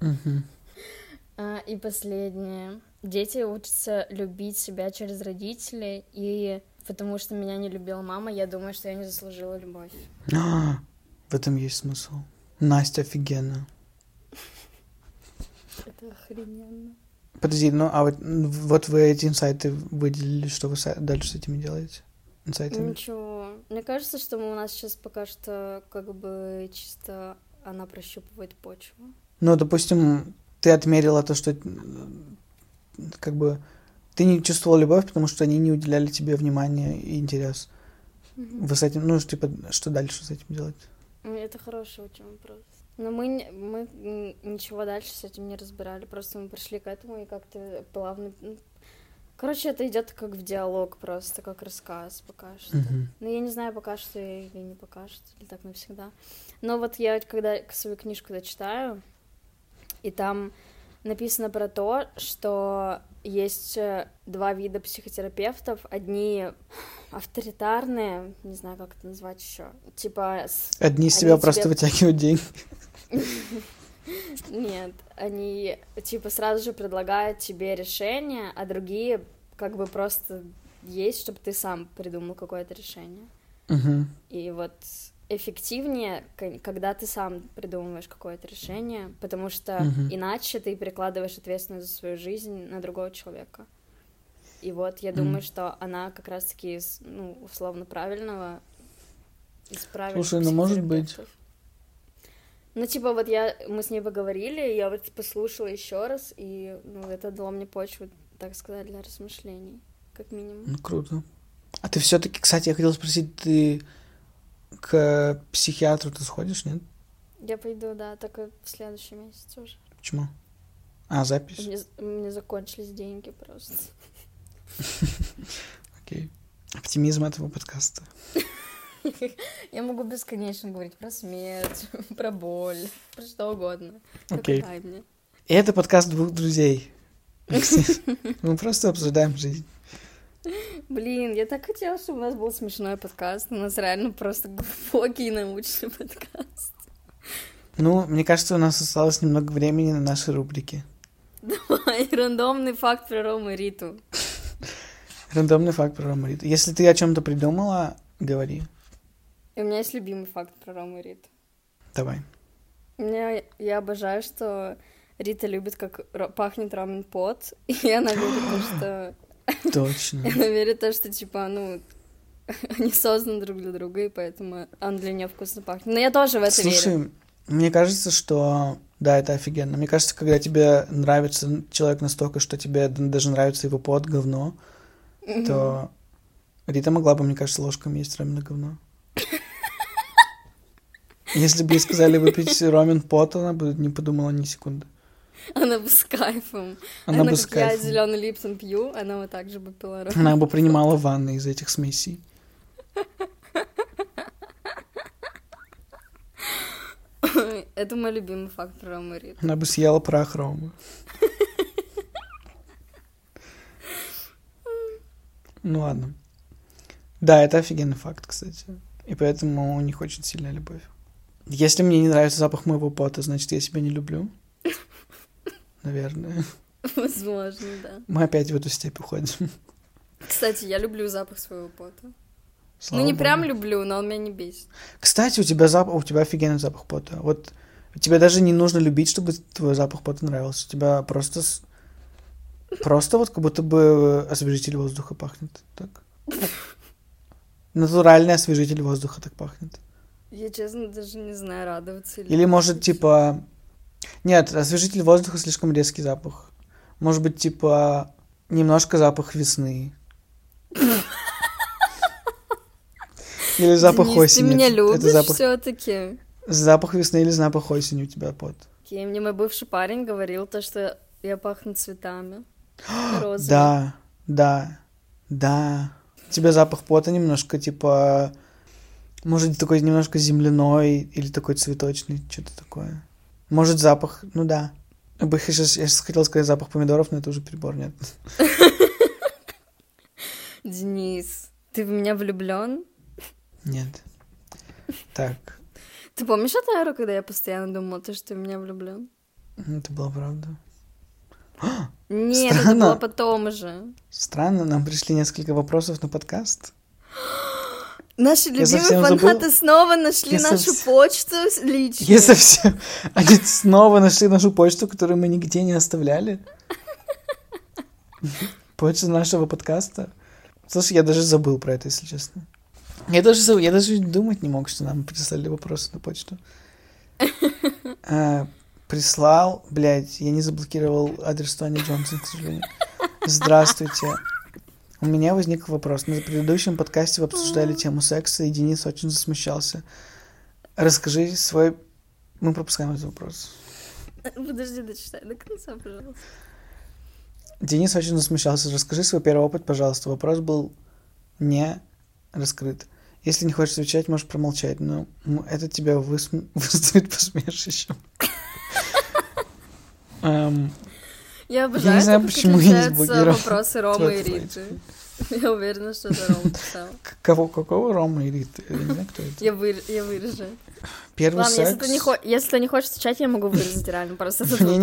И последнее. Дети учатся любить себя через родителей, и потому что меня не любила мама, я думаю, что я не заслужила любовь. В этом есть смысл. Настя офигенно. Это охрененно. Подожди, ну а вот вы эти инсайты выделили, что вы дальше с этими делаете? Инсайтами? Ничего. Мне кажется, что у нас сейчас пока что как бы чисто она прощупывает почву. Ну, допустим, ты отмерила то, что как бы ты не чувствовала любовь, потому что они не уделяли тебе внимания и интерес. Вы с этим, ну, типа, что дальше с этим делать? Это хороший очень вопрос. Но мы ничего дальше с этим не разбирали, просто мы пришли к этому и как-то плавно... Короче, это идет как в диалог просто, как рассказ пока что. Но я не знаю, пока что или не пока что, или так навсегда. Но вот я, когда свою книжку дочитаю, и там написано про то, что есть два вида психотерапевтов. Одни авторитарные, не знаю, как это назвать еще. Типа... Одни из себя просто вытягивают деньги. Нет, они типа сразу же предлагают тебе решение, а другие как бы просто есть, чтобы ты сам придумал какое-то решение. И вот эффективнее, когда ты сам придумываешь какое-то решение, потому что иначе ты перекладываешь ответственность за свою жизнь на другого человека. И вот я думаю, что она как раз-таки из, ну, условно правильного, из правильных Слушай, ну может быть. Ну, типа, вот мы с ней поговорили, я вот послушала еще раз, и, ну, это дало мне почву, так сказать, для размышлений, как минимум. Ну, круто. А ты все-таки, кстати, я хотела спросить, ты к психиатру ты сходишь, нет? Я пойду, да, только в следующем месяце уже. Почему? Запись? У меня закончились деньги просто. Окей. Оптимизм этого подкаста. Я могу бесконечно говорить про смерть, про боль, про что угодно. Окей. И это подкаст двух друзей. Мы просто обсуждаем жизнь. Блин, я так хотела, чтобы у нас был смешной подкаст. У нас реально просто глубокий научный подкаст. Ну, мне кажется, у нас осталось немного времени на наши рубрики. Давай, рандомный факт про Рому и Риту. Рандомный факт про Рому и Риту. Если ты о чем-то придумала, говори. И у меня есть любимый факт про Рому и Риту. Давай. Я обожаю, что Рита любит, как пахнет рамен-пот, и она верит в то, что... Точно. Она верит в то, что, типа, они созданы друг для друга, и поэтому он для нее вкусно пахнет. Но я тоже в это верю. Слушай, мне кажется, что... Да, это офигенно. Мне кажется, когда тебе нравится человек настолько, что тебе даже нравится его пот, говно, то Рита могла бы, мне кажется, ложками есть рамен говно. Если бы ей сказали выпить рамен пот, она бы не подумала ни секунды. Она бы с кайфом. Она бы с как я кайфом. зеленый Липтон пью, она вот так же бы пила рамен. Она бы принимала ванны из этих смесей. Это мой любимый факт про Рому и Риту. Она бы съела прах Ромы. Ну ладно. Да, это офигенный факт, кстати. И поэтому у них очень сильная любовь. Если мне не нравится запах моего пота, значит, я себя не люблю. Наверное. Возможно, да. Мы опять в эту степь уходим. Кстати, я люблю запах своего пота. Слава не Богу. прям люблю, но он меня не бесит. Кстати, у тебя офигенный запах пота. Вот тебе даже не нужно любить, чтобы твой запах пота нравился. У тебя просто вот как будто бы освежитель воздуха пахнет. Так. Натуральный освежитель воздуха так пахнет. Я, честно, даже не знаю, радоваться Или может, типа... Нет, освежитель воздуха слишком резкий запах. Может быть, типа, немножко запах весны. Или запах Денис, осени. ты меня Это любишь запах... все-таки? Запах весны или запах осени у тебя пот? Окей, мне мой бывший парень говорил то, что я пахну цветами. Розовыми. Да. У тебя запах пота немножко, типа... Может, такой немножко земляной или такой цветочный, что-то такое. Может, запах... Ну да. Я сейчас хотел сказать запах помидоров, но это уже перебор, нет. Денис, ты в меня влюблен? Нет. Так. Ты помнишь эту эру, когда я постоянно думала, что ты в меня влюблен? Это была правда. Нет, Странно. это было потом уже. Странно, нам пришли несколько вопросов на подкаст. Наши Я любимые совсем фанаты забыл. снова нашли Я нашу совсем- почту личную. Я совсем... Они снова нашли нашу почту, которую мы нигде не оставляли. Почту нашего подкаста. Слушай, я даже забыл про это, если честно. Я даже думать не мог, что нам прислали вопросы на почту. Прислал, блядь, я не заблокировал адрес Тони Джонсон, к сожалению. Здравствуйте. У меня возник вопрос. На предыдущем подкасте вы обсуждали тему секса, и Денис очень засмущался. Расскажи свой... Мы пропускаем этот вопрос. Подожди, дочитай до конца, пожалуйста. Денис очень засмущался. Расскажи свой первый опыт, пожалуйста. Вопрос был не раскрыт. Если не хочешь отвечать, можешь промолчать, но это тебя выставит посмешищем. Я обожаю, не знаю, как почему я не отличаются заблокировал вопросы Ромы твой и Риты. Я уверена, что это Рома писал. Какого Рома и Риты? Я не знаю, кто это. Я вырежу. Первый Ладно, секс. если ты не хочешь отвечать, я могу вырезать реально просто этот Мне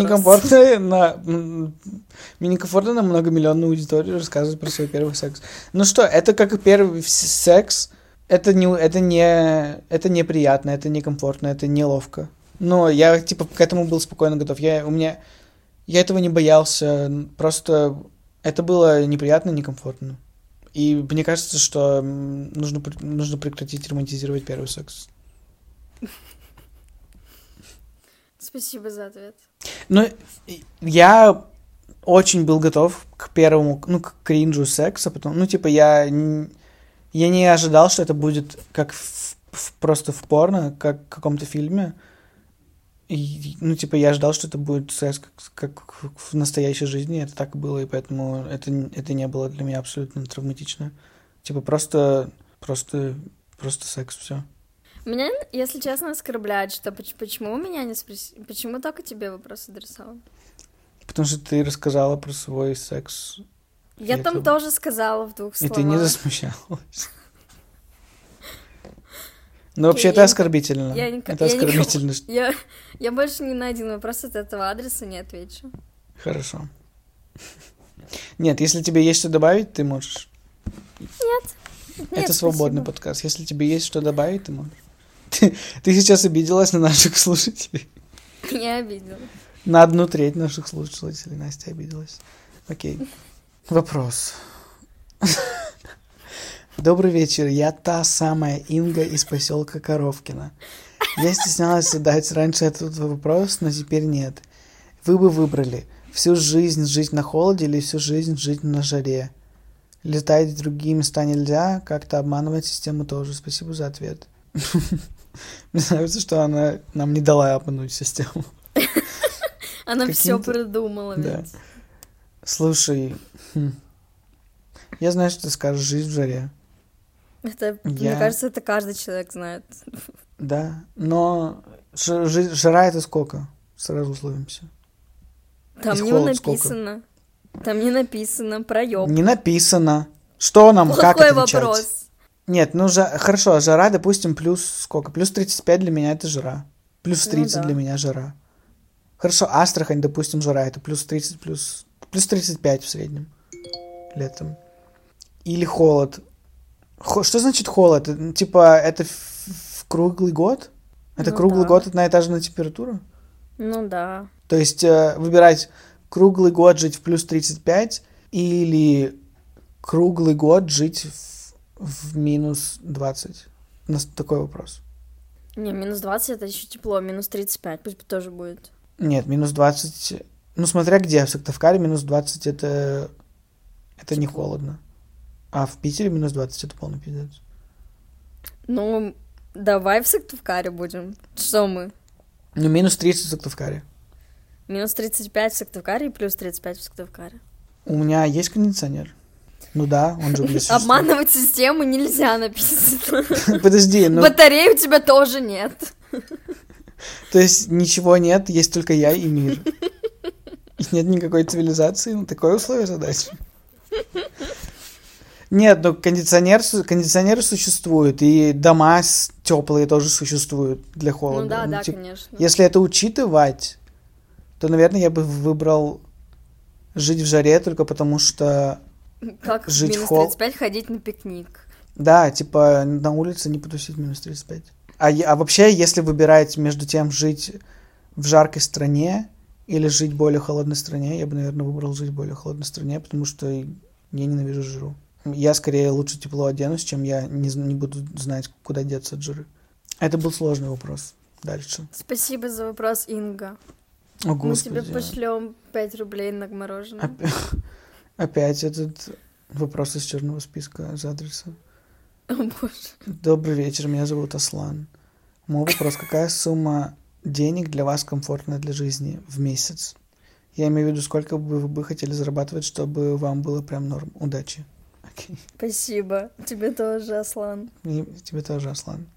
некомфортно на многомиллионную аудиторию рассказывать про свой первый секс. Ну что, это как и первый секс. Это неприятно, это некомфортно, это неловко. Но я, типа, к этому был спокойно готов. Я этого не боялся. Просто это было неприятно, некомфортно. И мне кажется, что нужно прекратить романтизировать первый секс. Спасибо за ответ. Ну, я очень был готов к первому, к кринжу секса, потом, я не ожидал, что это будет как просто в порно, как в каком-то фильме. И, я ожидал, что это будет секс как в настоящей жизни, это так и было, и поэтому это не было для меня абсолютно травматично. Просто секс, все. Меня, если честно, оскорбляет, что почему меня не спросили, почему только тебе вопрос адресовал? Потому что ты рассказала про свой секс. Я там тоже сказала в 2 словах. И ты не засмущалась. Ну, вообще, это оскорбительно. Это оскорбительно. Я больше ни на один вопрос от этого адреса не отвечу. Хорошо. Нет, если тебе есть что добавить, ты можешь. Нет, это свободный подкаст. Если тебе есть что добавить, ты можешь. Ты сейчас обиделась на наших слушателей? Я обидела. На 1/3 наших слушателей Настя обиделась. Окей. Вопрос. Добрый вечер, я та самая Инга из поселка Коровкино. Я стеснялась задать раньше этот вопрос, но теперь нет. Вы бы выбрали всю жизнь жить на холоде или всю жизнь жить на жаре? Летать в другие места нельзя, как-то обманывать систему тоже. Спасибо за ответ. Мне нравится, что она нам не дала обмануть систему. Она все придумала. Да. Слушай, я знаю, что ты скажешь «жизнь в жаре». Мне кажется, это каждый человек знает. Да, но жара это сколько? Сразу условимся. Там не написано. Там не написано, проёб. Не написано. Что нам, как отвечать? Какой вопрос? Нет, хорошо, жара, допустим, плюс сколько? Плюс 35 для меня это жара. Плюс 30 для меня жара. Хорошо, Астрахань, допустим, жара, это плюс 30, плюс 35 в среднем летом. Или холод. Что значит холод? Типа, это в круглый год? Это круглый год одна и та же температура? Ну да. То есть выбирать круглый год жить в плюс 35 или круглый год жить в минус 20? У нас такой вопрос. Не, минус 20 это еще тепло, минус 35 пусть тоже будет. Нет, минус 20... Ну, смотря где, в Сыктывкаре минус 20 это не холодно. А в Питере минус 20 это полный пиздец. Ну, давай в Сыктывкаре будем. Что мы? Ну, минус 30 в Сыктывкаре. Минус 35 в Сыктывкаре и плюс 35 в Сыктывкаре. У меня есть кондиционер. Ну да, он же у меня существует. Обманывать систему нельзя, написано. Подожди, ну... Батареи у тебя тоже нет. То есть ничего нет, есть только я и мир. И нет никакой цивилизации, ну такое условие задачи. Нет, ну кондиционеры существуют, и дома теплые тоже существуют для холода. Ну да, конечно. Если это учитывать, то, наверное, я бы выбрал жить в жаре только потому, что как жить в минус 35 ходить на пикник. Да, типа на улице не потусить минус 35. А вообще, если выбирать между тем жить в жаркой стране или жить в более холодной стране, я бы, наверное, выбрал жить в более холодной стране, потому что я ненавижу жару. Я скорее лучше тепло оденусь, чем я не буду знать, куда деться от жары. Это был сложный вопрос. Дальше. Спасибо за вопрос, Инга. О, Господи. Мы тебе пошлем 5 рублей на мороженое. Опять этот вопрос из черного списка из адреса. О, боже. Добрый вечер, меня зовут Аслан. Мой вопрос, какая сумма денег для вас комфортная для жизни в месяц? Я имею в виду, сколько бы вы хотели зарабатывать, чтобы вам было прям норм. Удачи. Okay. Спасибо. Тебе тоже, Аслан. И тебе тоже, Аслан.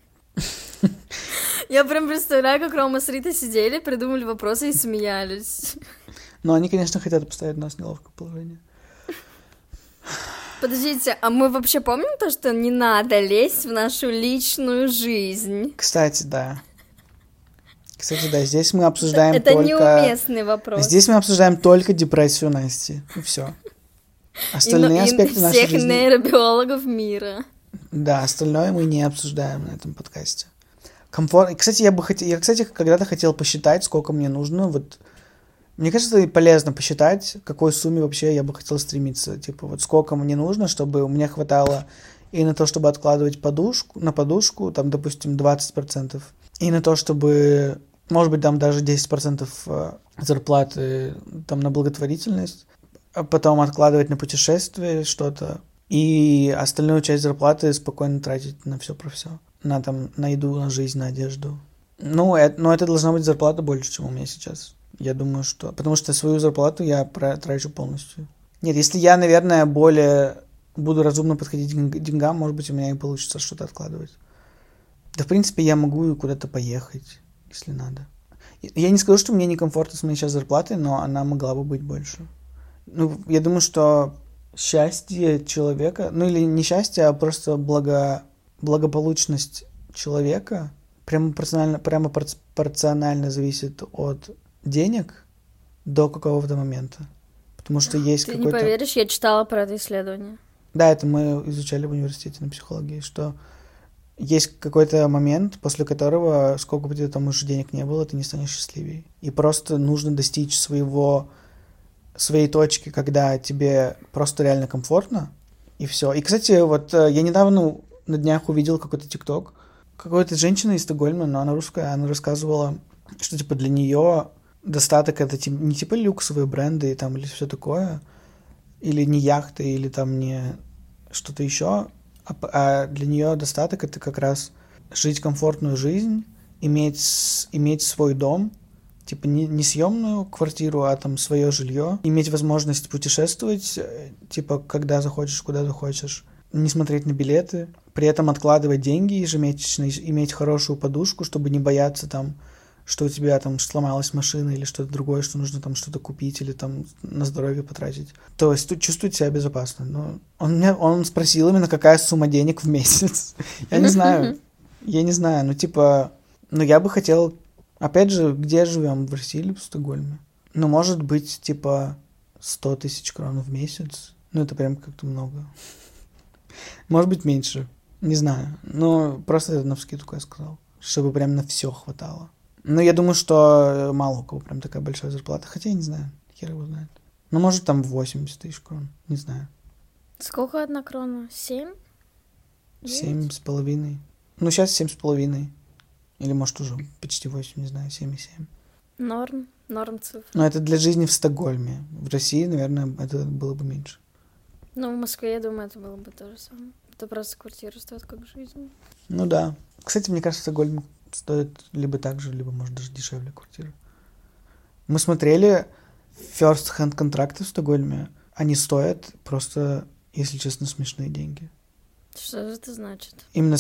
Я прям представляю, как Рома с Ритой сидели, придумали вопросы и смеялись. Но они, конечно, хотят поставить нас в неловкое положение. Подождите, а мы вообще помним то, что не надо лезть в нашу личную жизнь? Кстати, да. Здесь мы обсуждаем это только... неуместный вопрос. Здесь мы обсуждаем только депрессию Насти. И все. Остальные аспекты нашей жизни... всех нейробиологов мира. Да, остальное мы не обсуждаем на этом подкасте. Комфорт... Кстати, я когда-то хотел посчитать, сколько мне нужно. Вот мне кажется, это полезно посчитать, к какой сумме вообще я бы хотел стремиться. Типа, вот сколько мне нужно, чтобы у меня хватало и на то, чтобы откладывать на подушку, там, допустим, 20%, и на то, чтобы, может быть, там даже 10% зарплаты там на благотворительность, а потом откладывать на путешествие что-то, и остальную часть зарплаты спокойно тратить на все про все. На еду, на жизнь, на одежду. Но это должна быть зарплата больше, чем у меня сейчас. Я думаю, что... Потому что свою зарплату я трачу полностью. Нет, если я, наверное, более буду разумно подходить к деньгам, может быть, у меня и получится что-то откладывать. Да, в принципе, я могу куда-то поехать, если надо. Я не скажу, что мне некомфортно с моей сейчас зарплатой, но она могла бы быть больше. Ну, я думаю, что счастье человека... Ну, или не счастье, а просто благополучность человека прямо пропорционально зависит от денег до какого-то момента. Потому что есть Ты какой-то... не поверишь, я читала про это исследование. Да, это мы изучали в университете на психологии, что есть какой-то момент, после которого, сколько бы тебе там уже денег не было, ты не станешь счастливее. И просто нужно достичь своей точки, когда тебе просто реально комфортно, и все. И, кстати, вот я недавно на днях увидел какой-то ТикТок. Какой-то женщина из Стокгольма, но она русская, она рассказывала, что, типа, для нее достаток — это не типа люксовые бренды там, или все такое, или не яхты, или там не что-то еще, а для нее достаток — это как раз жить комфортную жизнь, иметь свой дом, типа не съемную квартиру, а там свое жилье, иметь возможность путешествовать, типа когда захочешь, куда захочешь, не смотреть на билеты, при этом откладывать деньги ежемесячно, иметь хорошую подушку, чтобы не бояться там, что у тебя там сломалась машина или что-то другое, что нужно там что-то купить или там на здоровье потратить. То есть тут чувствовать себя безопасно. Но он спросил именно, какая сумма денег в месяц. Я не знаю, ну типа, ну я бы хотел, опять же, где живем, в России или в Стокгольме? Ну, может быть, типа 100 тысяч крон в месяц. Ну, это прям как-то много. Может быть, меньше. Не знаю. Ну, просто это навскидку я сказал. Чтобы прям на все хватало. Ну, я думаю, что мало у кого прям такая большая зарплата. Хотя я не знаю, хер его знает. Ну, может, там 80 тысяч крон. Не знаю. Сколько одна крона? 7? 7,5. Ну, сейчас 7,5. Или, может, уже почти 8, не знаю, 7,7. Норм цифр. Но это для жизни в Стокгольме. В России, наверное, это было бы меньше. Ну, в Москве, я думаю, это было бы то же самое. Это просто квартира стоит как жизнь. Ну да. Кстати, мне кажется, Стокгольм стоит либо так же, либо, может, даже дешевле квартиры. Мы смотрели first-hand контракты в Стокгольме. Они стоят просто, если честно, смешные деньги. Что же это значит? Именно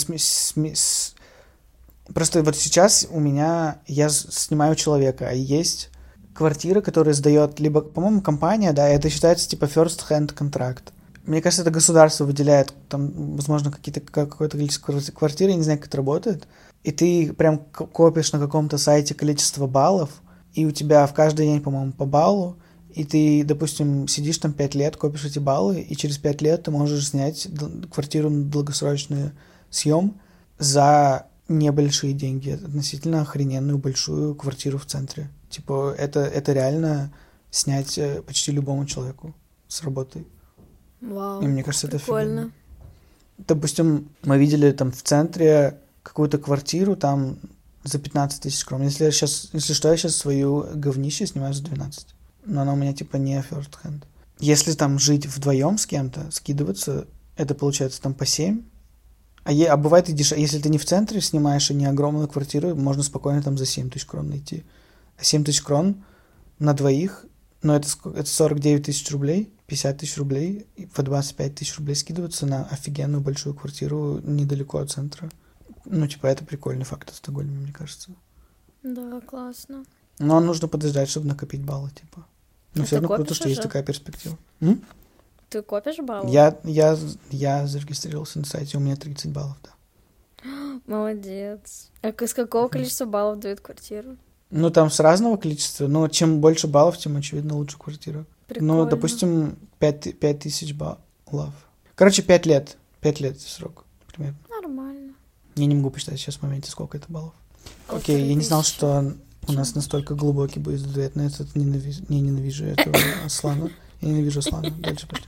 просто вот сейчас я снимаю человека, а есть квартира, которая сдает либо, по-моему, компания, да, это считается типа first-hand контракт. Мне кажется, это государство выделяет там, возможно, какое-то количество квартир, я не знаю, как это работает, и ты прям копишь на каком-то сайте количество баллов, и у тебя в каждый день, по-моему, по баллу, и ты, допустим, сидишь там 5 лет, копишь эти баллы, и через 5 лет ты можешь снять квартиру на долгосрочный съем за небольшие деньги, относительно охрененную большую квартиру в центре. Типа, это реально снять почти любому человеку с работой. Вау, и мне кажется, это прикольно. офигенно. Допустим, мы видели там в центре какую-то квартиру там за 15 тысяч крон. Если что, я сейчас свою говнище снимаю за 12. Но она у меня типа не first hand. Если там жить вдвоем с кем-то, скидываться, это получается там по 7. А бывает и дешевле. Если ты не в центре снимаешь и не огромную квартиру, можно спокойно там за 7 тысяч крон найти. А 7 тысяч крон на двоих, ну это 49 тысяч рублей, 50 тысяч рублей, и по 25 тысяч рублей скидываться на офигенную большую квартиру недалеко от центра. Ну, типа, это прикольный факт о Стокгольме, мне кажется. Да, классно. Но нужно подождать, чтобы накопить баллы, типа. Но все равно круто, что есть такая перспектива. Ты копишь баллы? Я зарегистрировался на сайте, у меня 30 баллов, да. Молодец. А с какого количества баллов дают квартиру? Ну, там с разного количества, но чем больше баллов, тем, очевидно, лучше квартира. Прикольно. Ну, допустим, 5 тысяч баллов. Короче, 5 лет. 5 лет срок, примерно. Нормально. Я не могу посчитать сейчас в моменте, сколько это баллов. Окей, я не знал, что у нас настолько глубокий будет ответ на этот. Ненавижу этого Аслана. Я ненавижу Аслана. Дальше пошли.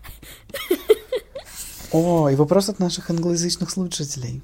О, и вопрос от наших англоязычных слушателей.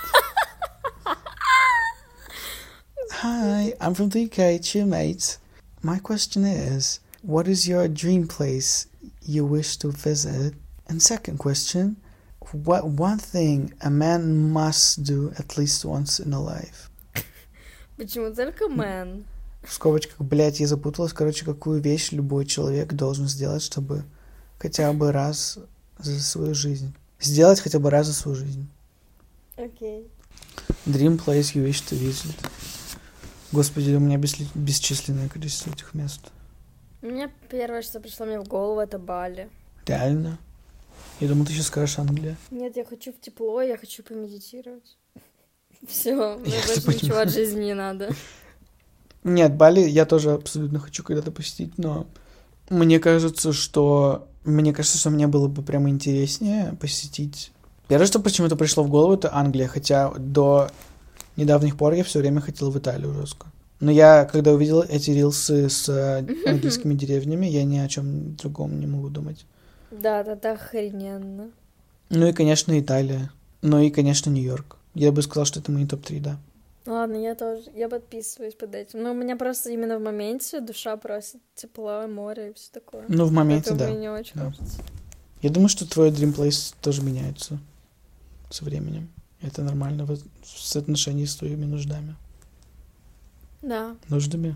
Hi, I'm from the UK, it's your mate. My question is, what is your dream place you wish to visit? And second question, what one thing a man must do at least once in a life? Почему только man? В скобочках, блядь, я запуталась. Короче, какую вещь любой человек должен сделать, чтобы хотя бы раз за свою жизнь. Сделать хотя бы раз за свою жизнь. Окей. Dream place you wish to visit. Господи, у меня бесчисленное количество этих мест. У меня первое, что пришло мне в голову, это Бали. Реально? Я думал, ты сейчас скажешь Англия. Нет, я хочу в тепло, я хочу помедитировать. Все, мне больше ничего от жизни не надо. Нет, Бали я тоже абсолютно хочу когда-то посетить, но мне кажется, что мне было бы прямо интереснее посетить Первое, что почему-то пришло в голову, это Англия, хотя до недавних пор я все время хотел в Италию жестко. Но я, когда увидел эти рилсы с английскими деревнями, я ни о чем другом не могу думать. Да, это охрененно. Ну и, конечно, Италия. Ну и, конечно, Нью-Йорк. Я бы сказал, что это мои топ-3, да. Ладно, я тоже. Я подписываюсь под этим. Но у меня просто именно в моменте душа просит тепла, море и все такое. Ну, в моменте, поэтому да. мне не очень Да. хочется. Я думаю, что твой Dream Place тоже меняется со временем. Это нормально в соотношении с твоими нуждами. Да. Нуждами.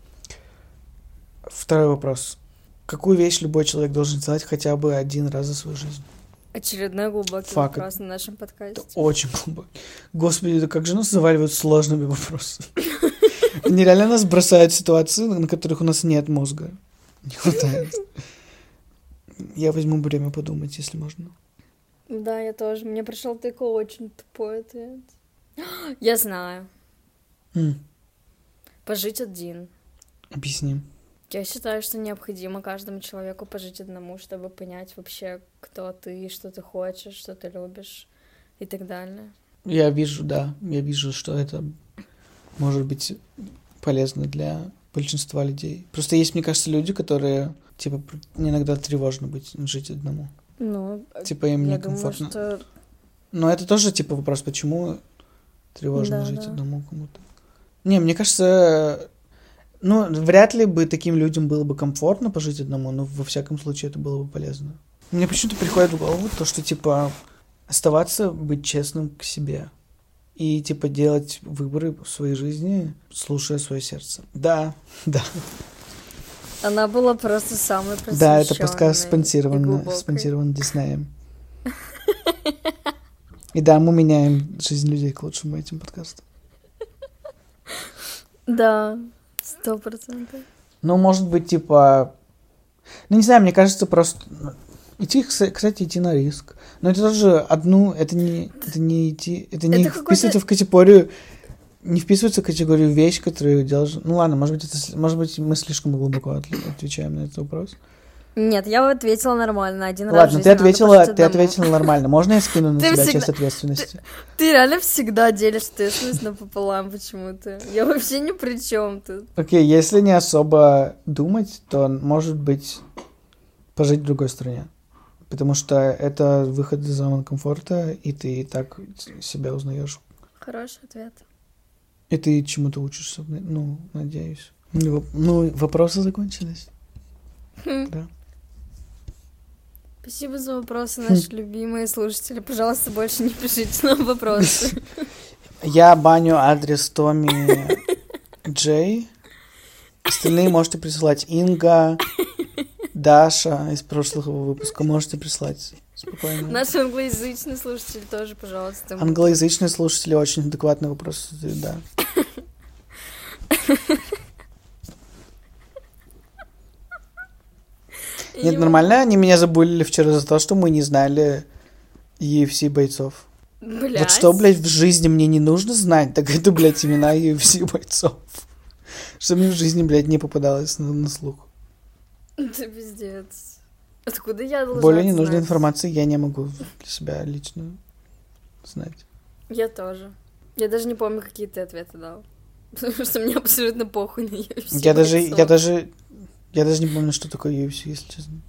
Второй вопрос. Какую вещь любой человек должен сделать хотя бы один раз за свою жизнь? Очередной глубокий Фак. вопрос на нашем подкасте. Это очень глубоко. Господи, да как же нас заваливают сложными вопросами? Они реально нас бросают в ситуации, на которых у нас нет мозга. Не хватает. Я возьму время подумать, если можно. Да, я тоже. Мне пришел только очень тупой ответ. Я знаю. Пожить один. Объясни. Я считаю, что необходимо каждому человеку пожить одному, чтобы понять вообще, кто ты, что ты хочешь, что ты любишь и так далее. Я вижу, да. Я вижу, что это может быть полезно для большинства людей. Просто есть, мне кажется, люди, которые, типа, иногда тревожно жить одному. Ну, Типа, им я некомфортно. думаю, что... Но это тоже, типа, вопрос, почему тревожно Да, жить да. одному кому-то. Не, мне кажется, ну, вряд ли бы таким людям было бы комфортно пожить одному, но во всяком случае это было бы полезно. Мне почему-то приходит в голову то, что, типа, оставаться, быть честным к себе. И, типа, делать выборы в своей жизни, слушая свое сердце. Да, да. Она была просто самой просвещенной. Да, это подкаст и спонсирован глубокой. Диснеем. И да, мы меняем жизнь людей к лучшему этим подкастом. Да, 100%. Ну, может быть, типа... Ну, не знаю, мне кажется, просто... Кстати, идти на риск. Но это тоже это не идти... Это не Это вписывается в категорию... Не вписывается в категорию вещь, которую делаешь... Ну, ладно, может быть, мы слишком глубоко отвечаем на этот вопрос. Нет, я ответила нормально. Один раз в Ладно, жизни ты надо пожить одному. ответила нормально. Можно я скину на Ты тебя всегда- часть ответственности? Ты реально всегда делишь ответственность напополам почему-то. Я вообще ни при чем тут. Окей, если не особо думать, то, может быть, пожить в другой стране. Потому что это выход из зоны комфорта, и ты так себя узнаешь. Хороший ответ. И ты чему-то учишься, ну, надеюсь. Ну, вопросы закончились. Да. Спасибо за вопросы, наши любимые слушатели. Пожалуйста, больше не пишите нам вопросы. Я баню адрес Томми Джей. Остальные можете присылать. Инга, Даша из прошлого выпуска. Можете прислать спокойно. Наши англоязычные слушатели тоже, пожалуйста. Англоязычные слушатели очень адекватные вопросы задают, да. Нет, нормально, они меня забулили вчера за то, что мы не знали UFC бойцов. Блядь. Вот что, блядь, в жизни мне не нужно знать, так это, блядь, имена UFC бойцов. Что мне в жизни, блядь, не попадалось на слух. Это пиздец. Откуда я должна Более это ненужной знать? информации я не могу для себя лично знать. Я тоже. Я даже не помню, какие ты ответы дал. Потому что мне абсолютно похуй на UFC Я даже не помню, что такое UFC, если честно.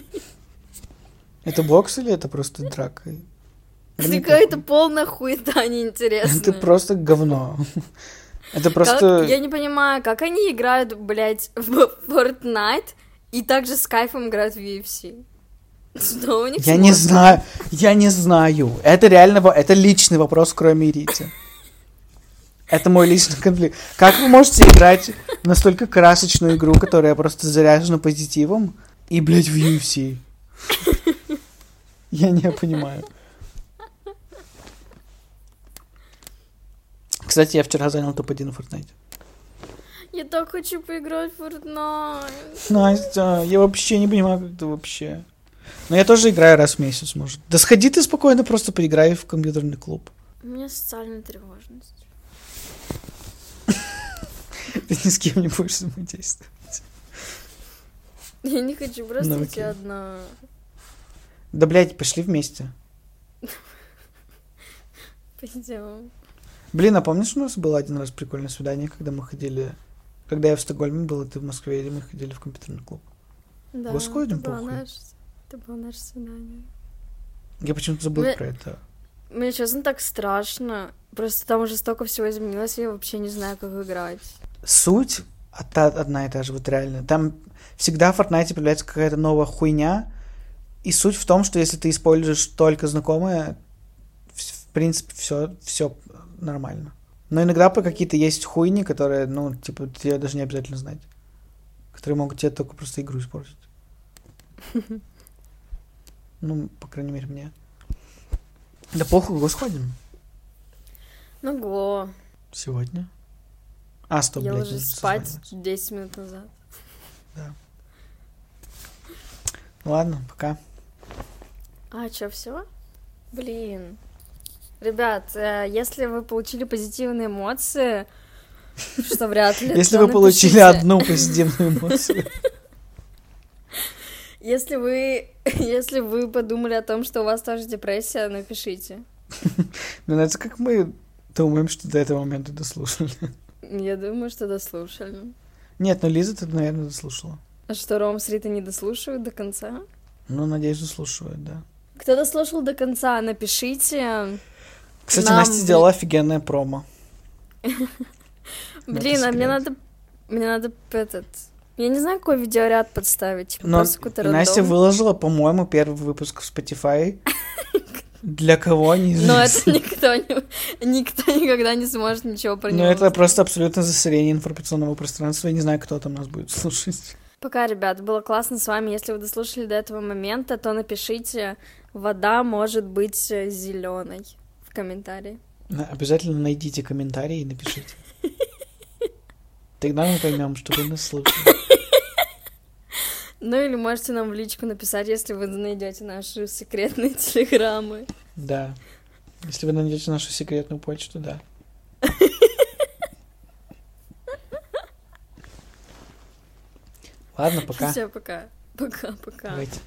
Это бокс или это просто драка? Это какая-то полная хуета неинтересная. Это просто говно. Это просто... Я не понимаю, как они играют, блядь, в Fortnite и также с кайфом играют в UFC. Что у них Я не знаю. Это реально, это личный вопрос, кроме Рити. Это мой личный конфликт. Как вы можете играть настолько красочную игру, которая просто заряжена позитивом, и, блядь, в UFC? Я не понимаю. Кстати, я вчера занял топ-1 в Fortnite. Я так хочу поиграть в Fortnite. Настя, я вообще не понимаю, как это вообще. Но я тоже играю раз в месяц, может. Да сходи ты спокойно, просто поиграй в компьютерный клуб. У меня социальная тревожность. Ты ни с кем не будешь взаимодействовать. Я не хочу просто Ну, идти окей. одна. Да, блядь, пошли вместе. Пойдем. Блин, а помнишь, у нас было один раз прикольное свидание, когда мы ходили... Когда я в Стокгольме был, и ты в Москве, и мы ходили в компьютерный клуб? Да, Восходим, это похуй. это было наше свидание. Я почему-то забыл про это. Мне, честно, так страшно. Просто там уже столько всего изменилось, я вообще не знаю, как играть. Суть одна и та же, вот реально. Там всегда в Fortnite появляется какая-то новая хуйня, и суть в том, что если ты используешь только знакомое, в принципе, все нормально. Но иногда по какие-то есть хуйни, которые, ну, типа, тебе даже не обязательно знать. Которые могут тебе только просто игру испортить. Ну, по крайней мере, мне. Да похуй, го сходим. Ну, го. Сегодня? Стоп, Я блядь. ложусь спать 10 минут назад. Да. Ладно, пока. Чё, все? Блин. Ребят, если вы получили позитивные эмоции, что вряд ли, если то вы получили напишите. одну позитивную эмоцию. Если вы подумали о том, что у вас тоже депрессия, напишите. Ну, это как мы думаем, что до этого момента дослушали. Я думаю, что дослушали. Нет, ну Лиза, ты, наверное, дослушала. А что, Ром с Ритой не дослушивают до конца? Ну, надеюсь, дослушивают, да. Кто дослушал до конца, напишите. Кстати, нам Настя сделала офигенное промо. Блин, а мне надо я не знаю, какой видеоряд подставить. Типа, Но просто какой-то Настя рандом. выложила, по-моему, первый выпуск в Spotify. Для кого Но неизвестно. это никто никогда не сможет ничего про него Ну, это узнать. просто абсолютно засорение информационного пространства. Я не знаю, кто там нас будет слушать. Пока, ребят, было классно с вами. Если вы дослушали до этого момента, то напишите «Вода может быть зеленой» в комментарии. Обязательно найдите комментарии и напишите. Тогда мы поймем, что вы нас слушаете. Ну или можете нам в личку написать, если вы найдете наши секретные телеграммы. Да. Если вы найдете нашу секретную почту, да. Ладно, пока. Все, пока. Пока. Давайте.